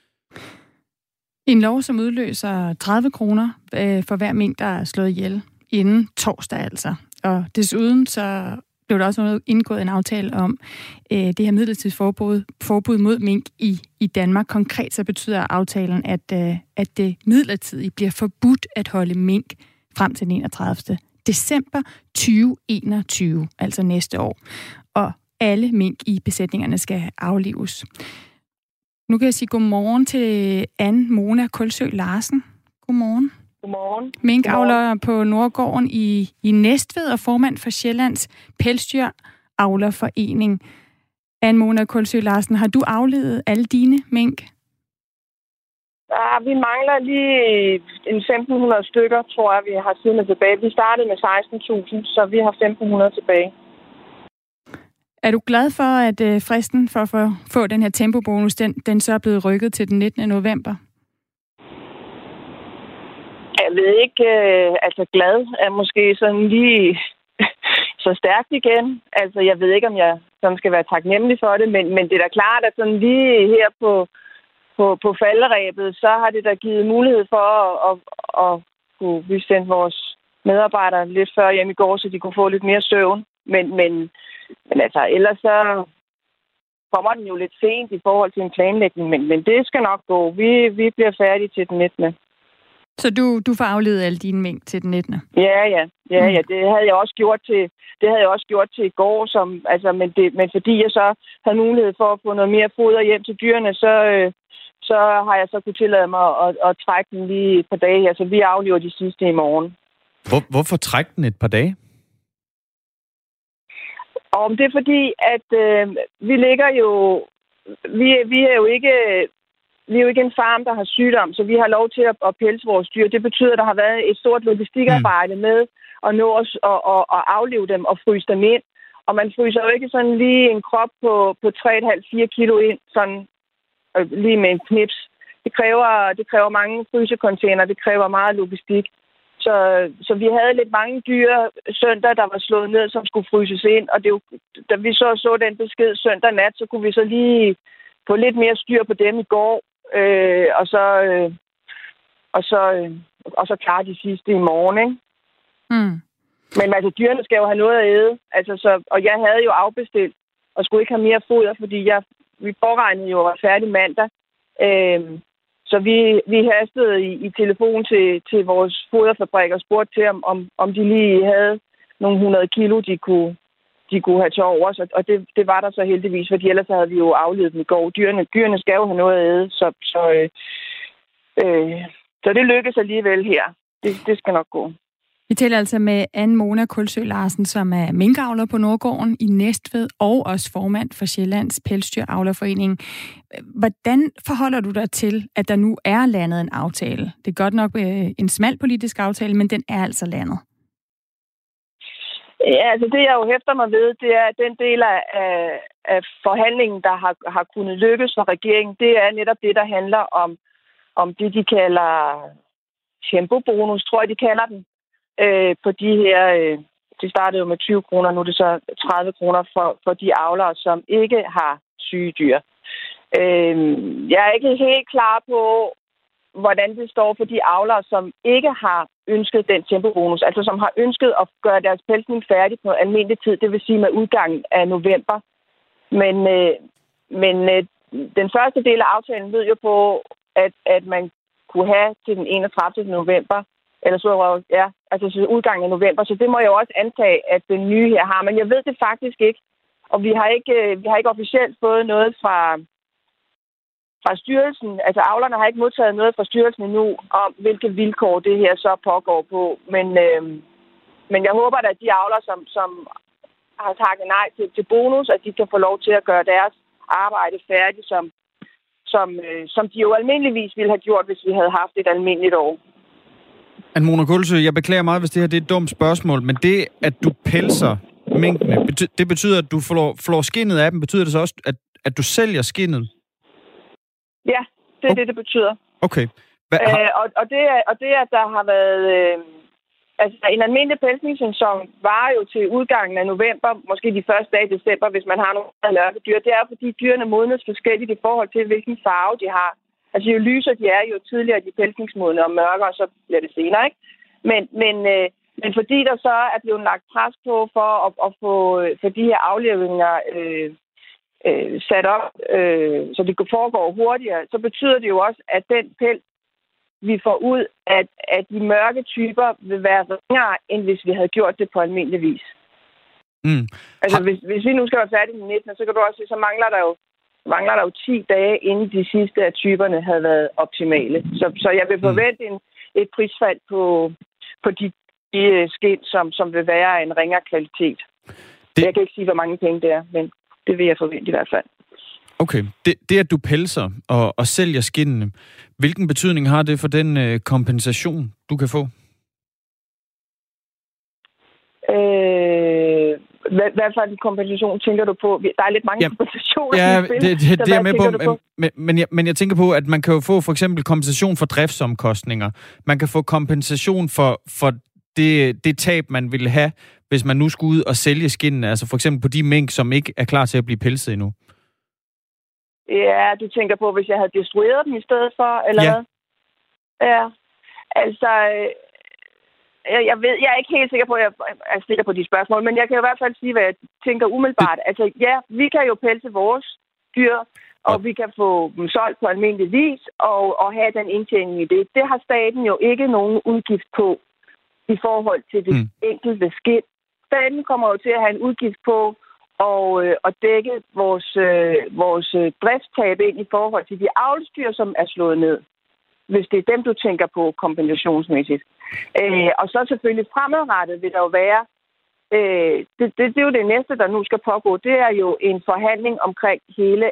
[SPEAKER 2] En lov, som udløser tredive kroner øh, for hver mink, der er slået ihjel inden torsdag altså. Og desuden så blev der også indgået en aftale om øh, det her midlertidige forbud, forbud mod mink i, i Danmark. Konkret så betyder aftalen, at, øh, at det midlertidigt bliver forbudt at holde mink frem til den enogtredivte december tyve enogtyve, altså næste år. Og alle mink i besætningerne skal aflives. Nu kan jeg sige godmorgen til Anne Mona Kulsø Larsen. Godmorgen.
[SPEAKER 12] Godmorgen.
[SPEAKER 2] Minkavler på Nordgården i, i Næstved og formand for Sjællands Pelsdyravlerforening. Anne Mona Kulsø Larsen, har du aflevet alle dine mink?
[SPEAKER 12] Ja, vi mangler lige en femten hundrede stykker, tror jeg, vi har siden tilbage. Vi startede med seksten tusind, så vi har femten hundrede tilbage.
[SPEAKER 2] Er du glad for, at øh, fristen for at få, få den her tempobonus, den, den så er blevet rykket til den nittende november?
[SPEAKER 12] Jeg ved ikke, øh, altså glad er måske sådan lige så stærkt igen. Altså jeg ved ikke, om jeg sådan skal være taknemmelig for det, men, men det er da klart, at sådan lige her på, på, på falderæbet, så har det da givet mulighed for at, at, at kunne vi sende vores medarbejdere lidt før hjem i går, så de kunne få lidt mere søvn. Men, men Men altså, ellers så kommer den jo lidt sent i forhold til en planlægning, men, men det skal nok gå. Vi, vi bliver færdige til den nittende.
[SPEAKER 2] Så du, du får aflevet alle dine mink til den nittende?
[SPEAKER 12] Ja, ja. Ja, ja. Det havde jeg også gjort til, det havde jeg også gjort til i går, som, altså, men, det, men fordi jeg så havde mulighed for at få noget mere foder hjem til dyrene, så, øh, så har jeg så kunne tillade mig at, at, at trække den lige et par dage. Altså, vi aflever de sidste i morgen.
[SPEAKER 3] Hvor, hvorfor trække den et par dage?
[SPEAKER 12] Og det er fordi, at øh, vi ligger jo, vi, vi er jo ikke, vi er jo ikke en farm, der har sygdom, så vi har lov til at, at pelse vores dyr. Det betyder, at der har været et stort logistikarbejde mm. med at nå os og, og, og aflive dem og fryse dem ind. Og man fryser jo ikke sådan lige en krop på, på tre komma fem til fire kilo ind, sådan øh, lige med en knips. Det kræver, det kræver mange frysecontainer, det kræver meget logistik. Så, så vi havde lidt mange dyr søndag, der var slået ned, som skulle fryses ind. Og det jo, da vi så så den besked søndag nat, så kunne vi så lige få lidt mere styr på dem i går. Øh, og så øh, og så, øh, og så klare de sidste i morgen, ikke?
[SPEAKER 2] Mm.
[SPEAKER 12] Men altså, dyrene skal jo have noget at æde. Altså, så, og jeg havde jo afbestilt og skulle ikke have mere foder, fordi jeg, vi påregnede jo at være færdig mandag. Øh, Så vi, vi hastede i, i telefon til, til vores foderfabrik og spurgte til, om, om, om de lige havde nogle hundrede kilo, de kunne, de kunne have til over. Og det, det var der så heldigvis, fordi ellers havde vi jo aflevet dem i går. Dyrene, dyrene skal jo have noget at æde, så, så, øh, øh, så det lykkes alligevel her. Det, det skal nok gå.
[SPEAKER 2] Vi taler altså med Anne Mona Kulsø Larsen, som er minkavler på Nordgården i Næstved, og også formand for Sjællands Pelsdyravlerforening. Hvordan forholder du dig til, at der nu er landet en aftale? Det er godt nok en smal politisk aftale, men den er altså landet.
[SPEAKER 12] Ja, altså det, jeg jo hæfter mig ved, det er den del af, af forhandlingen, der har, har kunnet lykkes for regeringen. Det er netop det, der handler om, om det, de kalder tempobonus, tror jeg, de kalder den. Øh, på de her, øh, det startede jo med tyve kroner, nu er det så tredive kroner for, for de avlere, som ikke har syge dyr. Øh, jeg er ikke helt klar på, hvordan det står for de avlere, som ikke har ønsket den tempobonus, altså som har ønsket at gøre deres pelsning færdig på almindelig tid, det vil sige med udgangen af november. Men, øh, men øh, den første del af aftalen lød jo på, at, at man kunne have til den enogtredivte november, eller så ja, altså til udgangen af november, så det må jeg jo også antage, at den nye her har, men jeg ved det faktisk ikke, og vi har ikke, vi har ikke officielt fået noget fra, fra styrelsen, altså avlerne har ikke modtaget noget fra styrelsen endnu, om hvilke vilkår det her så pågår på, men, øh, men jeg håber da, at de avlere, som, som har takket nej til, til bonus, at de kan få lov til at gøre deres arbejde færdigt, som, som, øh, som de jo almindeligvis ville have gjort, hvis vi havde haft et almindeligt år.
[SPEAKER 3] Anne Mona Kulsø, jeg beklager meget, hvis det her det er et dumt spørgsmål, men det, at du pelser minkene, bety- det betyder, at du flår, flår skinnet af dem. Betyder det så også, at, at du sælger skinnet?
[SPEAKER 12] Ja, det er
[SPEAKER 3] oh.
[SPEAKER 12] det, det betyder.
[SPEAKER 3] Okay. Hva, har...
[SPEAKER 12] øh, og, og, det er, og det, at der har været... Øh, altså, en almindelig pelsningssæson varer jo til udgangen af november, måske de første dage i december, hvis man har nogle lørkedyr. Det er, fordi dyrene modnes forskelligt i forhold til, hvilken farve de har. Altså jo lysere de er, jo tidligere de pelsningsmodne, og mørkere, så bliver det senere, ikke? Men, men, øh, men fordi der så er blevet lagt pres på for at, at få for de her aflevninger øh, øh, sat op, øh, så det foregår hurtigere, så betyder det jo også, at den pels, vi får ud, at, at de mørke typer vil være ringere, end hvis vi havde gjort det på almindelig vis.
[SPEAKER 3] Mm.
[SPEAKER 12] Altså hvis, hvis vi nu skal være færdige den nittende, så kan du også se, så mangler der jo mangler der jo ti dage, inden de sidste af typerne havde været optimale. Så, så jeg vil forvente en, et prisfald på, på de, de skind, som, som vil være en ringere kvalitet. Det... Jeg kan ikke sige, hvor mange penge det er, men det vil jeg forvente i hvert fald.
[SPEAKER 3] Okay. Det, det at du pelser og, og sælger skindene, hvilken betydning har det for den øh, kompensation, du kan få?
[SPEAKER 12] Øh... Hvad, hvad for en kompensation tænker du på? Der er lidt mange ja, kompensationer.
[SPEAKER 3] Ja, det, det, det er jeg med på, på? Men, men, jeg, men jeg tænker på, at man kan jo få for eksempel kompensation for driftsomkostninger. Man kan få kompensation for, for det, det tab, man ville have, hvis man nu skulle ud og sælge skindene. Altså for eksempel på de mink, som ikke er klar til at blive pelset endnu.
[SPEAKER 12] Ja, du tænker på, hvis jeg havde destrueret dem i stedet for, eller
[SPEAKER 3] ja.
[SPEAKER 12] hvad? Ja, altså... Jeg, ved, jeg er ikke helt sikker på, at jeg er sikker på de spørgsmål, men jeg kan i hvert fald sige, hvad jeg tænker umiddelbart. Altså ja, vi kan jo pelse vores dyr, og vi kan få dem solgt på almindelig vis, og, og have den indtjening i det. Det har staten jo ikke nogen udgift på i forhold til det mm. enkelte skind. Staten kommer jo til at have en udgift på og, øh, at dække vores, øh, vores driftstab ind i forhold til de avlsdyr, som er slået ned. Hvis det er dem, du tænker på kompensationsmæssigt. Øh, og så selvfølgelig fremadrettet vil der jo være, øh, det, det, det er jo det næste, der nu skal pågå, det er jo en forhandling omkring hele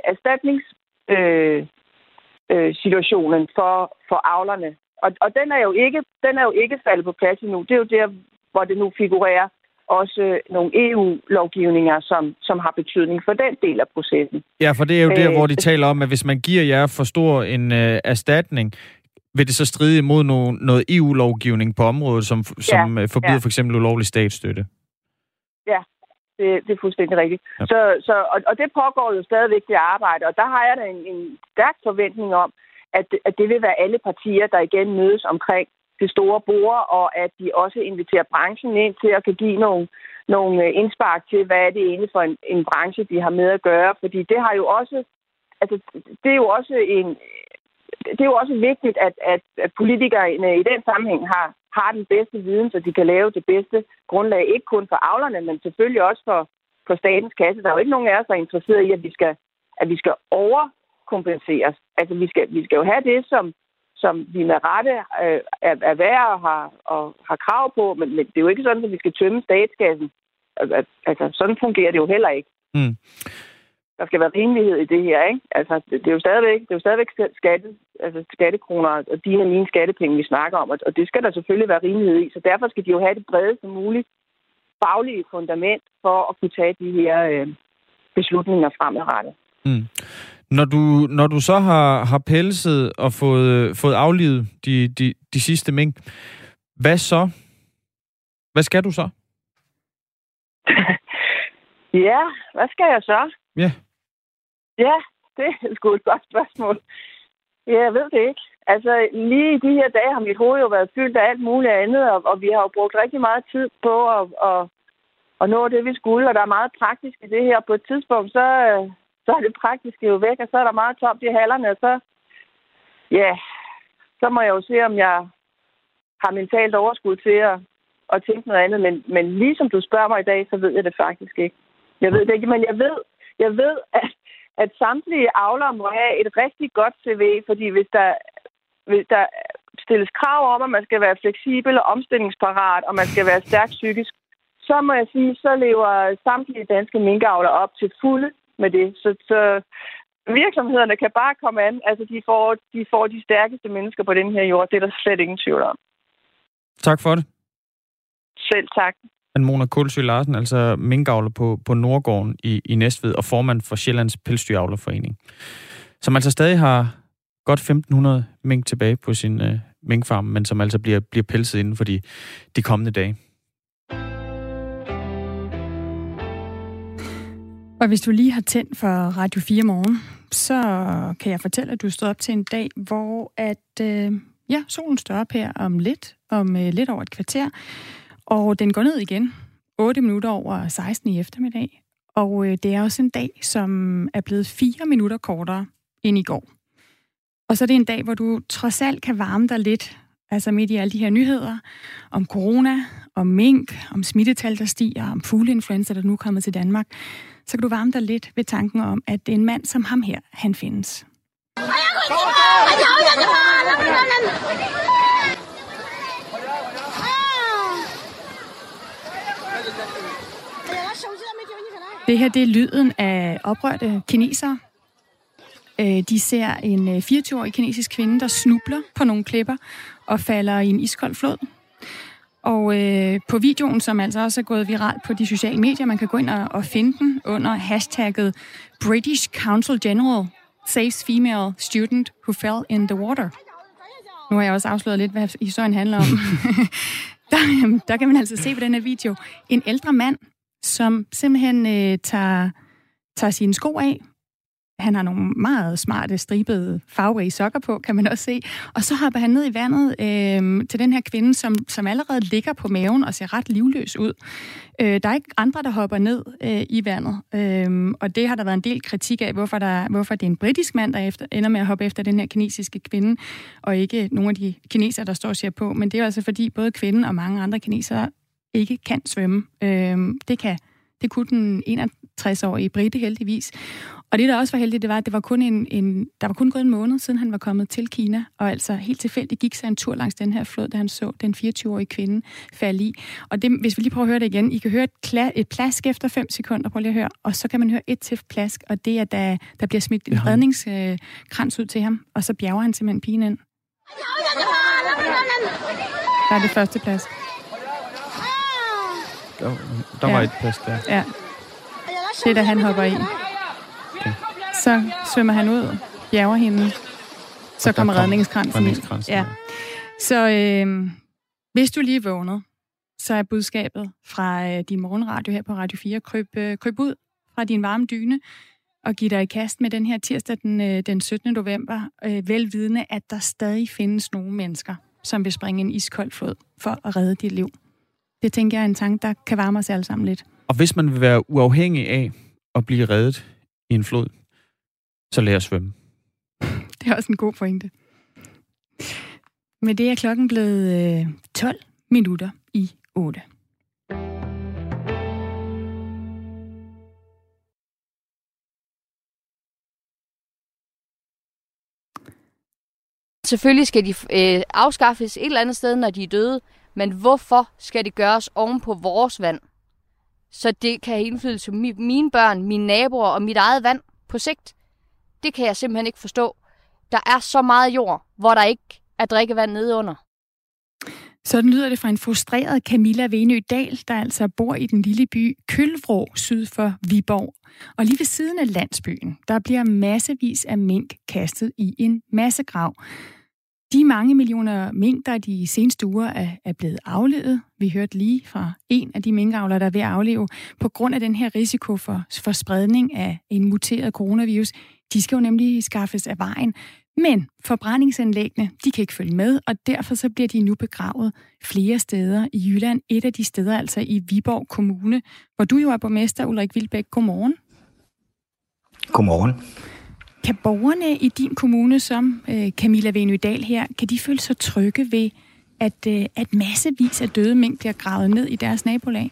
[SPEAKER 12] erstatningssituationen øh, øh, for, for avlerne. Og, og den, er jo ikke, den er jo ikke faldet på plads endnu. Det er jo der, hvor det nu figurerer også nogle E U-lovgivninger, som, som har betydning for den del af processen.
[SPEAKER 3] Ja, for det er jo der, øh, hvor de taler om, at hvis man giver jer for stor en øh, erstatning, vil det så stride imod no, noget E U-lovgivning på området, som, som ja, forbyder ja. for eksempel ulovlig statsstøtte?
[SPEAKER 12] Ja, det, det er fuldstændig rigtigt. Ja. Så, så, og, og det pågår jo stadigvæk det arbejde, og der har jeg da en, en stærk forventning om, at, at det vil være alle partier, der igen mødes omkring det store bord, og at de også inviterer branchen ind til at kan give nogle, nogle indspark til, hvad er det egentlig for en, en branche, de har med at gøre. Fordi det har jo også, altså det er jo også en, det er jo også vigtigt, at, at, at politikerne i den sammenhæng har, har den bedste viden, så de kan lave det bedste grundlag, ikke kun for avlerne, men selvfølgelig også for, for statens kasse. Der er jo ikke nogen af os, der er interesseret i, at vi skal, at vi skal overkompenseres. Altså vi skal, vi skal jo have det, som som vi med rette øh, er, er værd og har, og har krav på, men, men det er jo ikke sådan, at vi skal tømme statskassen. Altså, altså sådan fungerer det jo heller ikke.
[SPEAKER 3] Mm.
[SPEAKER 12] Der skal være rimelighed i det her, ikke? Altså, det, det er jo stadigvæk, det er jo stadigvæk skatte, altså skattekroner, og de her mine skattepenge, vi snakker om, og det skal der selvfølgelig være rimelighed i, så derfor skal de jo have det bredest muligt faglige fundament for at kunne tage de her øh, beslutninger fremadrettet.
[SPEAKER 3] Mm. Når du, når du så har, har pelset og fået, fået aflivet de, de, de sidste mink, hvad så? Hvad skal du så?
[SPEAKER 12] Ja, hvad skal jeg så?
[SPEAKER 3] Ja.
[SPEAKER 12] Ja, det er sgu et godt spørgsmål. Ja, jeg ved det ikke. Altså, lige i de her dage har mit hoved jo været fyldt af alt muligt andet, og, og vi har jo brugt rigtig meget tid på at, at, at nå det, vi skulle, og der er meget praktisk i det her. På et tidspunkt, så, så er det praktiske jo væk, og så er der meget tomt i hallerne, og så, ja, så må jeg jo se, om jeg har mentalt overskud til at, at tænke noget andet. Men, men ligesom du spørger mig i dag, så ved jeg det faktisk ikke. Jeg ved det ikke, men jeg ved, jeg ved at, at samtlige avlere må have et rigtig godt C V, fordi hvis der, hvis der stilles krav om, at man skal være fleksibel og omstillingsparat, og man skal være stærk psykisk, så må jeg sige, så lever samtlige danske minkavlere op til fulde med det. Så, så virksomhederne kan bare komme an. Altså, de får, de får de stærkeste mennesker på den her jord. Det er der slet ingen tvivl om.
[SPEAKER 3] Tak for det.
[SPEAKER 12] Selv tak.
[SPEAKER 3] Mona Kulsø Larsen, altså minkavler på, på Nordgården i, i Næstved og formand for Sjællands Pelsdyravlerforening, som altså stadig har godt femten hundrede mink tilbage på sin øh, minkfarm, men som altså bliver, bliver pelset inden for de, de kommende dage.
[SPEAKER 2] Og hvis du lige har tændt for Radio fire Morgen, så kan jeg fortælle, at du stod op til en dag, hvor at, øh, ja, solen står op her om lidt, om øh, lidt over et kvarter, og den går ned igen, otte minutter over seksten i eftermiddag. Og øh, det er også en dag, som er blevet fire minutter kortere end i går. Og så er det en dag, hvor du trods alt kan varme dig lidt, altså midt i alle de her nyheder om corona, om mink, om smittetal, der stiger, om fugleinfluenza, der nu er kommet til Danmark. Så kan du varme dig lidt ved tanken om, at en mand som ham her, han findes. Det her, det er lyden af oprørte kinesere. De ser en fireogtyve-årig kinesisk kvinde, der snubler på nogle klipper og falder i en iskold flod. Og øh, på videoen, som altså også er gået viralt på de sociale medier, man kan gå ind og, og finde den under hashtagget British Counsel General saves female student who fell in the water. Nu har jeg også afsløret lidt, hvad historien handler om. der, der kan man altså se på den her video en ældre mand, som simpelthen øh, tager, tager sine sko af. Han har nogle meget smarte, stribede, farverige sokker på, kan man også se. Og så hopper han ned i vandet øh, til den her kvinde, som, som allerede ligger på maven og ser ret livløs ud. Øh, der er ikke andre, der hopper ned øh, i vandet. Øh, og det har der været en del kritik af, hvorfor, der, hvorfor det er en britisk mand, der efter, ender med at hoppe efter den her kinesiske kvinde, og ikke nogen af de kinesere, der står og ser på. Men det er altså fordi både kvinden og mange andre kinesere ikke kan svømme. Øh, det kan Det kunne den enogtres-årige Britte heldigvis. Og det, der også var heldigt, det var, at det var kun en, en, der var kun gået en måned, siden han var kommet til Kina. Og altså helt tilfældigt gik sig en tur langs den her flod, da han så den fireogtyve-årige kvinde falde i. Og det, hvis vi lige prøver at høre det igen, I kan høre et, kla- et plask efter fem sekunder, prøv lige at høre. Og så kan man høre et til plask, og det er, da der bliver smidt en redningskrans ud til ham. Og så bjerger han simpelthen pigen ind. Der er det første plask.
[SPEAKER 3] Der, der var ja. et plads der.
[SPEAKER 2] Ja. Det er da han hopper i. Okay. Så svømmer han ud, bjerger hende. Så kommer kom redningskransen ind. Ja. Så øh, hvis du lige vågner, så er budskabet fra øh, din morgenradio her på Radio fire, kryb, øh, kryb ud fra din varme dyne og giv dig i kast med den her tirsdag den, øh, den syttende november, øh, velvidende, at der stadig findes nogle mennesker, som vil springe en iskold flod for at redde dit liv. Det tænker jeg er en tanke, der kan varme os alle sammen lidt. Og
[SPEAKER 3] hvis man vil være uafhængig af at blive reddet i en flod, så lad os svømme.
[SPEAKER 2] Det er også en god pointe. Med det er klokken blevet øh, tolv minutter i otte.
[SPEAKER 1] Selvfølgelig skal de øh, afskaffes et eller andet sted, når de er døde, men hvorfor skal det gøres oven på vores vand? Så det kan have indflydelse på mine børn, mine naboer og mit eget vand på sigt. Det kan jeg simpelthen ikke forstå. Der er så meget jord, hvor der ikke er drikkevand nede under.
[SPEAKER 2] Sådan lyder det fra en frustreret Camilla Venø Dahl, der altså bor i den lille by Kølvrå syd for Viborg. Og lige ved siden af landsbyen, der bliver massevis af mink kastet i en massegrav. De mange millioner mink, der de seneste uger er, er blevet aflevet, vi hørte lige fra en af de minkavlere, der er ved at afleve, på grund af den her risiko for, for spredning af en muteret coronavirus, de skal jo nemlig skaffes af vejen. Men forbrændingsanlæggene, de kan ikke følge med, og derfor så bliver de nu begravet flere steder i Jylland. Et af de steder altså i Viborg Kommune, hvor du jo er borgmester, Ulrik Wilbek. Godmorgen.
[SPEAKER 13] Godmorgen.
[SPEAKER 2] Kan borgerne i din kommune, som øh, Camilla Venø Dahl her, kan de føle sig trygge ved, at, øh, at massevis af døde mink bliver gravet ned i deres nabolag?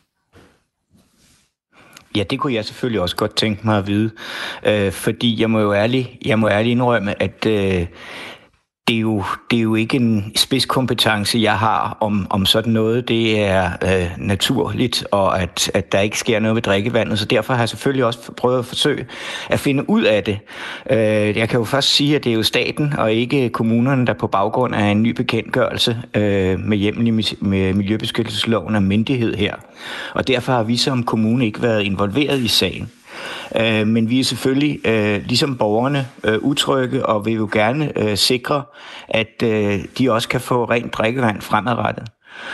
[SPEAKER 13] Ja, det kunne jeg selvfølgelig også godt tænke mig at vide, øh, fordi jeg må jo ærligt, jeg må ærligt indrømme, at øh, det, er jo, det er jo ikke en spidskompetence, jeg har om, om sådan noget. Det er øh, naturligt, og at, at der ikke sker noget ved drikkevandet, så derfor har jeg selvfølgelig også prøvet at forsøge at finde ud af det. Øh, jeg kan jo først sige, at det er jo staten og ikke kommunerne, der på baggrund af en ny bekendtgørelse øh, med hjemmel i med miljøbeskyttelsesloven er myndighed her. Og derfor har vi som kommune ikke været involveret i sagen. Øh, men vi er selvfølgelig, øh, ligesom borgerne, øh, utrygge og vil jo gerne øh, sikre, at øh, de også kan få rent drikkevand fremadrettet.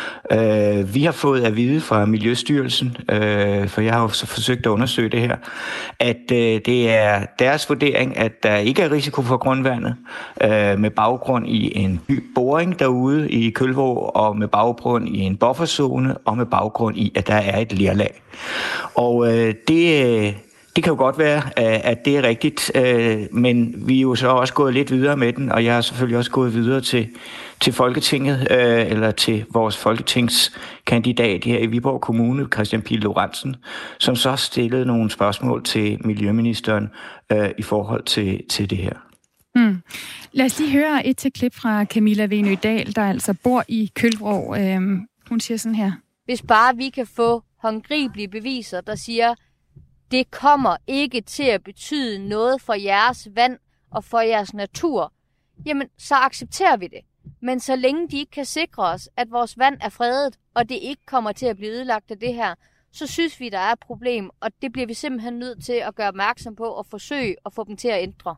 [SPEAKER 13] Øh, vi har fået at vide fra Miljøstyrelsen, øh, for jeg har jo så forsøgt at undersøge det her, at øh, det er deres vurdering, at der ikke er risiko for grundvandet, øh, med baggrund i en boring derude i Kølvrå, og med baggrund i en bufferzone, og med baggrund i, at der er et lerlag. Og øh, det... Det kan jo godt være, at det er rigtigt, men vi er jo så også gået lidt videre med den, og jeg har selvfølgelig også gået videre til, til Folketinget, eller til vores folketingskandidat her i Viborg Kommune, Christian Pihl Lorentzen, som så stillede nogle spørgsmål til Miljøministeren i forhold til, til det her.
[SPEAKER 2] Hmm. Lad os lige høre et til klip fra Camilla Venø Dahl, der altså bor i Kølvrå. Hun siger sådan her.
[SPEAKER 1] Hvis bare vi kan få håndgribelige beviser, der siger, det kommer ikke til at betyde noget for jeres vand og for jeres natur, jamen så accepterer vi det. Men så længe de ikke kan sikre os, at vores vand er fredet, og det ikke kommer til at blive ødelagt af det her, så synes vi, der er et problem, og det bliver vi simpelthen nødt til at gøre opmærksom på og forsøge at få dem til at ændre.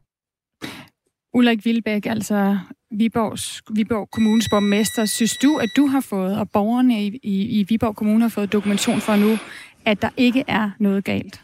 [SPEAKER 2] Ulrik Wilbek, altså Viborgs, Viborg Kommunes borgmester, synes du, at du har fået, og borgerne i, i, i Viborg Kommune har fået dokumentation for nu, at der ikke er noget galt?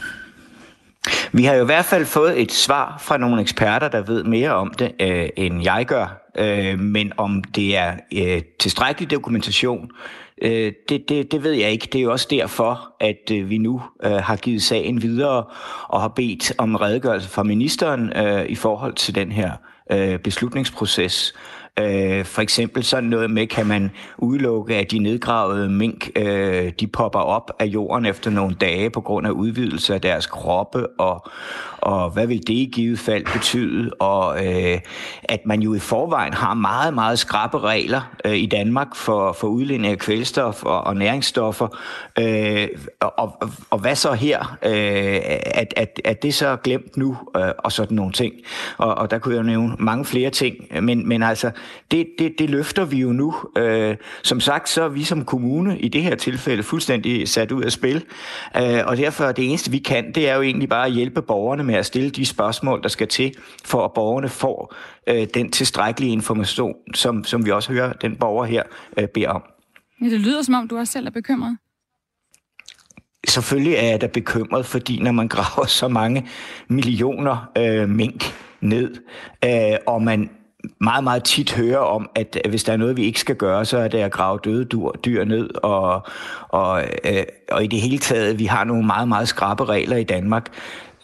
[SPEAKER 13] Vi har jo i hvert fald fået et svar fra nogle eksperter, der ved mere om det, øh, end jeg gør. Øh, men om det er øh, tilstrækkelig dokumentation, øh, det, det, det ved jeg ikke. Det er jo også derfor, at øh, vi nu øh, har givet sagen videre og har bedt om redegørelse fra ministeren øh, i forhold til den her øh, beslutningsproces. Øh, for eksempel sådan noget med, kan man udelukke, at de nedgravede mink, øh, de popper op af jorden efter nogle dage på grund af udvidelse af deres kroppe, og, og hvad vil det i givet fald betyde? Og øh, at man jo i forvejen har meget, meget skrappe regler øh, i Danmark for, for udledning af kvælstof og, og næringsstoffer. Øh, og, og, og hvad så her? Øh, at, at, at det så er glemt nu, øh, og sådan nogle ting. Og, og der kunne jeg nævne mange flere ting, men, men altså, Det, det, det løfter vi jo nu. Øh, som sagt, så er vi som kommune i det her tilfælde fuldstændig sat ud af spil. Øh, og derfor er det eneste, vi kan, det er jo egentlig bare at hjælpe borgerne med at stille de spørgsmål, der skal til, for at borgerne får øh, den tilstrækkelige information, som, som vi også hører den borger her øh, beder om.
[SPEAKER 2] Ja, det lyder som om, du også selv er bekymret.
[SPEAKER 13] Selvfølgelig er jeg da bekymret, fordi når man graver så mange millioner øh, mink ned, øh, og man meget, meget tit hører om, at hvis der er noget, vi ikke skal gøre, så er det at grave døde dyr, dyr ned, og, og, øh, og i det hele taget, vi har nogle meget, meget skrappe regler i Danmark,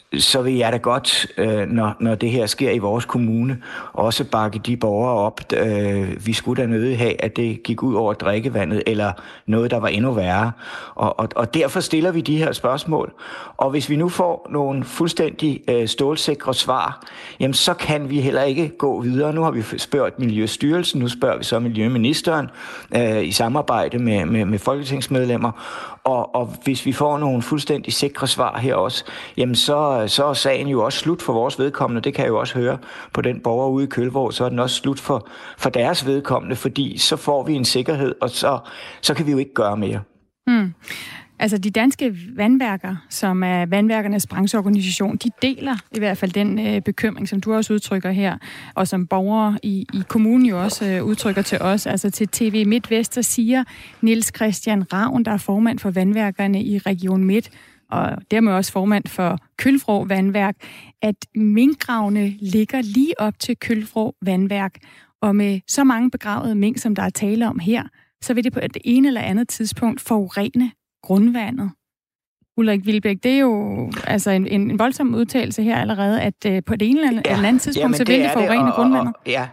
[SPEAKER 13] så vil jeg da godt, øh, når, når det her sker i vores kommune, også bakke de borgere op. Øh, vi skulle da nødig have, at det gik ud over drikkevandet, eller noget, der var endnu værre. Og, og, og derfor stiller vi de her spørgsmål. Og hvis vi nu får nogle fuldstændig øh, stålsikre svar, jamen så kan vi heller ikke gå videre. Nu har vi spurgt Miljøstyrelsen, nu spørger vi så Miljøministeren øh, i samarbejde med, med, med folketingsmedlemmer. Og, og hvis vi får nogle fuldstændig sikre svar her også, jamen så, så er sagen jo også slut for vores vedkommende. Det kan jeg jo også høre på den borger ude i Kølvrå, så er den også slut for, for deres vedkommende, fordi så får vi en sikkerhed, og så, så kan vi jo ikke gøre mere.
[SPEAKER 2] Hmm. Altså de danske vandværker, som er vandværkernes brancheorganisation, de deler i hvert fald den øh, bekymring, som du også udtrykker her, og som borgere i, i kommunen jo også øh, udtrykker til os, altså til T V MidtVest, der siger Niels Christian Ravn, der er formand for vandværkerne i Region Midt, og dermed også formand for Kølvrå Vandværk, at minkgravene ligger lige op til Kølvrå Vandværk, og med så mange begravede mink, som der er tale om her, så vil det på et ene eller andet tidspunkt forurene grundvandet. Ulrik Wilbek, det er jo altså en, en voldsom udtalelse her allerede, at uh, på det ene eller ja, andet tidspunkt, så vil det forurene grundvandet.
[SPEAKER 13] Og, ja,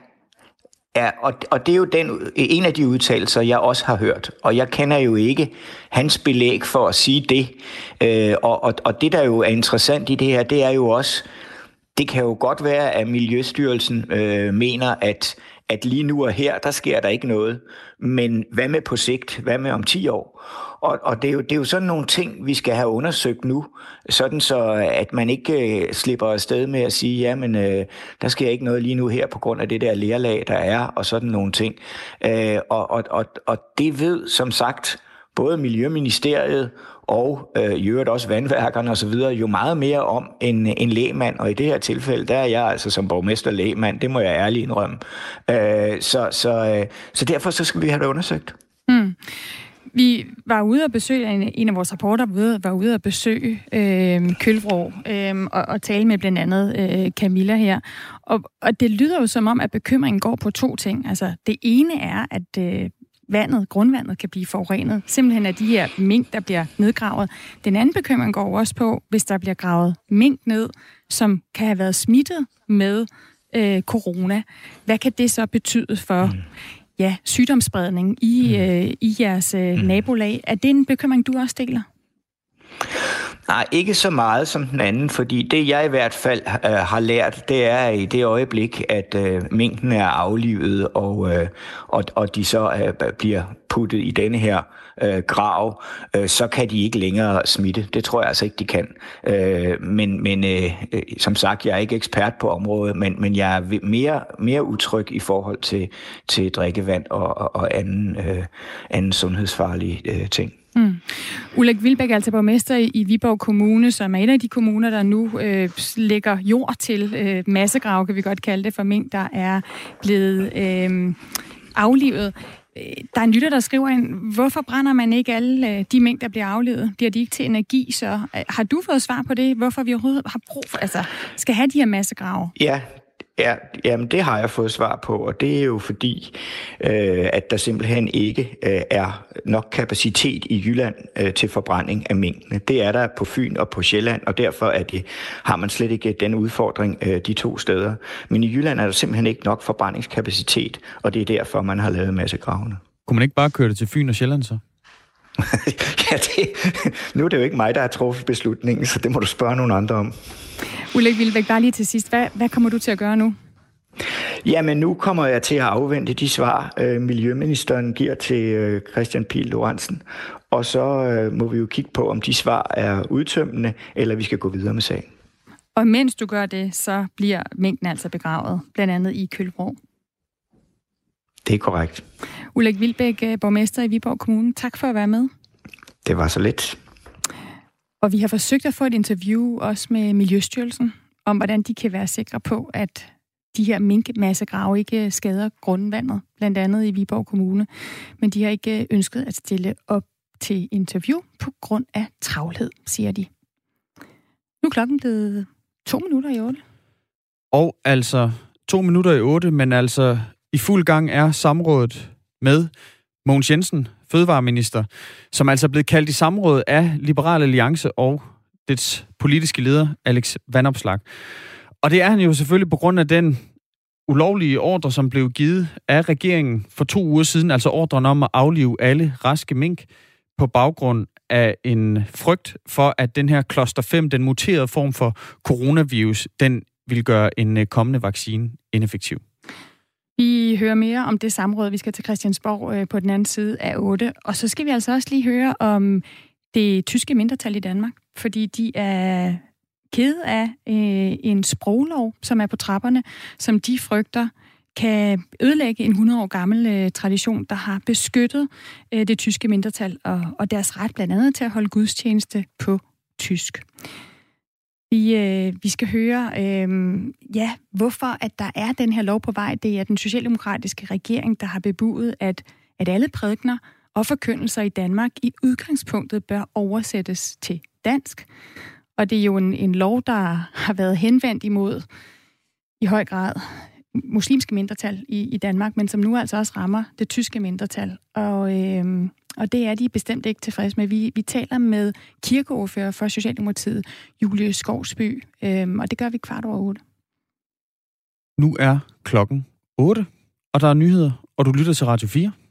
[SPEAKER 13] ja og, og det er jo den, en af de udtalelser, jeg også har hørt. Og jeg kender jo ikke hans belæg for at sige det. Øh, og, og, og det, der jo er interessant i det her, det er jo også, det kan jo godt være, at Miljøstyrelsen øh, mener, at at lige nu og her, der sker der ikke noget. Men hvad med på sigt? Hvad med om ti år? Og, og det, er jo, det er jo sådan nogle ting, vi skal have undersøgt nu, sådan så, at man ikke øh, slipper afsted med at sige, ja, men øh, der sker ikke noget lige nu her, på grund af det der lerlag, der er, og sådan nogle ting. Øh, og, og, og, og det ved, som sagt, både Miljøministeriet og øh, i øvrigt også vandværkerne og så videre, jo meget mere om en, en lægmand, og i det her tilfælde, der er jeg altså som borgmester lægmand, det må jeg ærligt indrømme. Øh, så, så, øh, så derfor så skal vi have det undersøgt.
[SPEAKER 2] Hmm. Vi var ude at besøge, en, en af vores rapporter var ude, var ude at besøge øh, Kølvrå øh, og, og tale med blandt andet øh, Camilla her. Og, og det lyder jo som om, at bekymringen går på to ting. Altså det ene er, at øh, vandet, grundvandet kan blive forurenet. Simpelthen af de her mink, der bliver nedgravet. Den anden bekymring går også på, hvis der bliver gravet mink ned, som kan have været smittet med øh, corona. Hvad kan det så betyde for ja, sygdomsspredning i, øh, i jeres øh, nabolag? Er det en bekymring, du også deler?
[SPEAKER 13] Nej, ikke så meget som den anden, fordi det jeg i hvert fald øh, har lært, det er i det øjeblik, at øh, minken er aflivet, og, øh, og, og de så øh, bliver puttet i denne her øh, grav, øh, så kan de ikke længere smitte. Det tror jeg altså ikke, de kan. Øh, men men øh, som sagt, jeg er ikke ekspert på området, men, men jeg er mere, mere utryg i forhold til, til drikkevand og, og, og anden, øh, anden sundhedsfarlige øh, ting.
[SPEAKER 2] Mm. Ulrik Wilbek, altså borgmester i Viborg Kommune, som er en af de kommuner, der nu øh, lægger jord til øh, massegrav, kan vi godt kalde det, for mink, der er blevet øh, aflivet. Der er en lytter, der skriver ind, hvorfor brænder man ikke alle øh, de mink, der bliver aflivet? Bliver de ikke til energi, så? Har du fået svar på det? Hvorfor vi overhovedet har brug for, altså, skal have de her massegrave?
[SPEAKER 13] Ja, Ja, jamen det har jeg fået svar på, og det er jo fordi, øh, at der simpelthen ikke øh, er nok kapacitet i Jylland øh, til forbrænding af minkene. Det er der på Fyn og på Sjælland, og derfor er det, har man slet ikke den udfordring øh, de to steder. Men i Jylland er der simpelthen ikke nok forbrændingskapacitet, og det er derfor, man har lavet massegravene.
[SPEAKER 3] Kunne man ikke bare køre det til Fyn og Sjælland så?
[SPEAKER 13] ja, det, nu er det jo ikke mig, der har truffet beslutningen, så det må du spørge nogle andre om.
[SPEAKER 2] Ulrik Wilbek, bare lige til sidst. Hvad, hvad kommer du til at gøre nu?
[SPEAKER 13] Jamen, nu kommer jeg til at afvente de svar, øh, Miljøministeren giver til øh, Christian Pihl Lorentzen. Og så øh, må vi jo kigge på, om de svar er udtømmende, eller vi skal gå videre med sagen.
[SPEAKER 2] Og mens du gør det, så bliver minken altså begravet, blandt andet i Kølvrå.
[SPEAKER 13] Det er korrekt.
[SPEAKER 2] Ulrik Wilbek, borgmester i Viborg Kommune. Tak for at være med.
[SPEAKER 13] Det var så let.
[SPEAKER 2] Og vi har forsøgt at få et interview også med Miljøstyrelsen, om hvordan de kan være sikre på, at de her minkmassegrave ikke skader grundvandet, blandt andet i Viborg Kommune. Men de har ikke ønsket at stille op til interview på grund af travlhed, siger de. Nu er klokken blevet to minutter i otte.
[SPEAKER 3] Og altså to minutter i otte, men altså i fuld gang er samrådet med Mogens Jensen, fødevareminister, som altså er blevet kaldt i samråd af Liberal Alliance og dets politiske leder, Alex Vanopslagh. Og det er han jo selvfølgelig på grund af den ulovlige ordre, som blev givet af regeringen for to uger siden, altså ordren om at aflive alle raske mink på baggrund af en frygt for, at den her kloster fem, den muterede form for coronavirus, den vil gøre en kommende vaccine ineffektiv.
[SPEAKER 2] Vi hører mere om det samråd. Vi skal til Christiansborg øh, på den anden side af otte. Og så skal vi altså også lige høre om det tyske mindretal i Danmark, fordi de er ked af øh, en sproglov, som er på trapperne, som de frygter kan ødelægge en hundrede år gammel øh, tradition, der har beskyttet øh, det tyske mindretal og, og deres ret blandt andet til at holde gudstjeneste på tysk. Vi, øh, vi skal høre, øh, ja, hvorfor at der er den her lov på vej. Det er den socialdemokratiske regering, der har bebudet, at, at alle prædikener og forkyndelser i Danmark i udgangspunktet bør oversættes til dansk. Og det er jo en, en lov, der har været henvendt imod i høj grad muslimske mindretal i, i Danmark, men som nu altså også rammer det tyske mindretal. Og, øh, og det er de bestemt ikke tilfredse med. Vi, vi taler med kirkeordfører for Socialdemokratiet, Julie Skovsby, øh, og det gør vi kvart over otte.
[SPEAKER 3] Nu er klokken otte, og der er nyheder, og du lytter til Radio fire.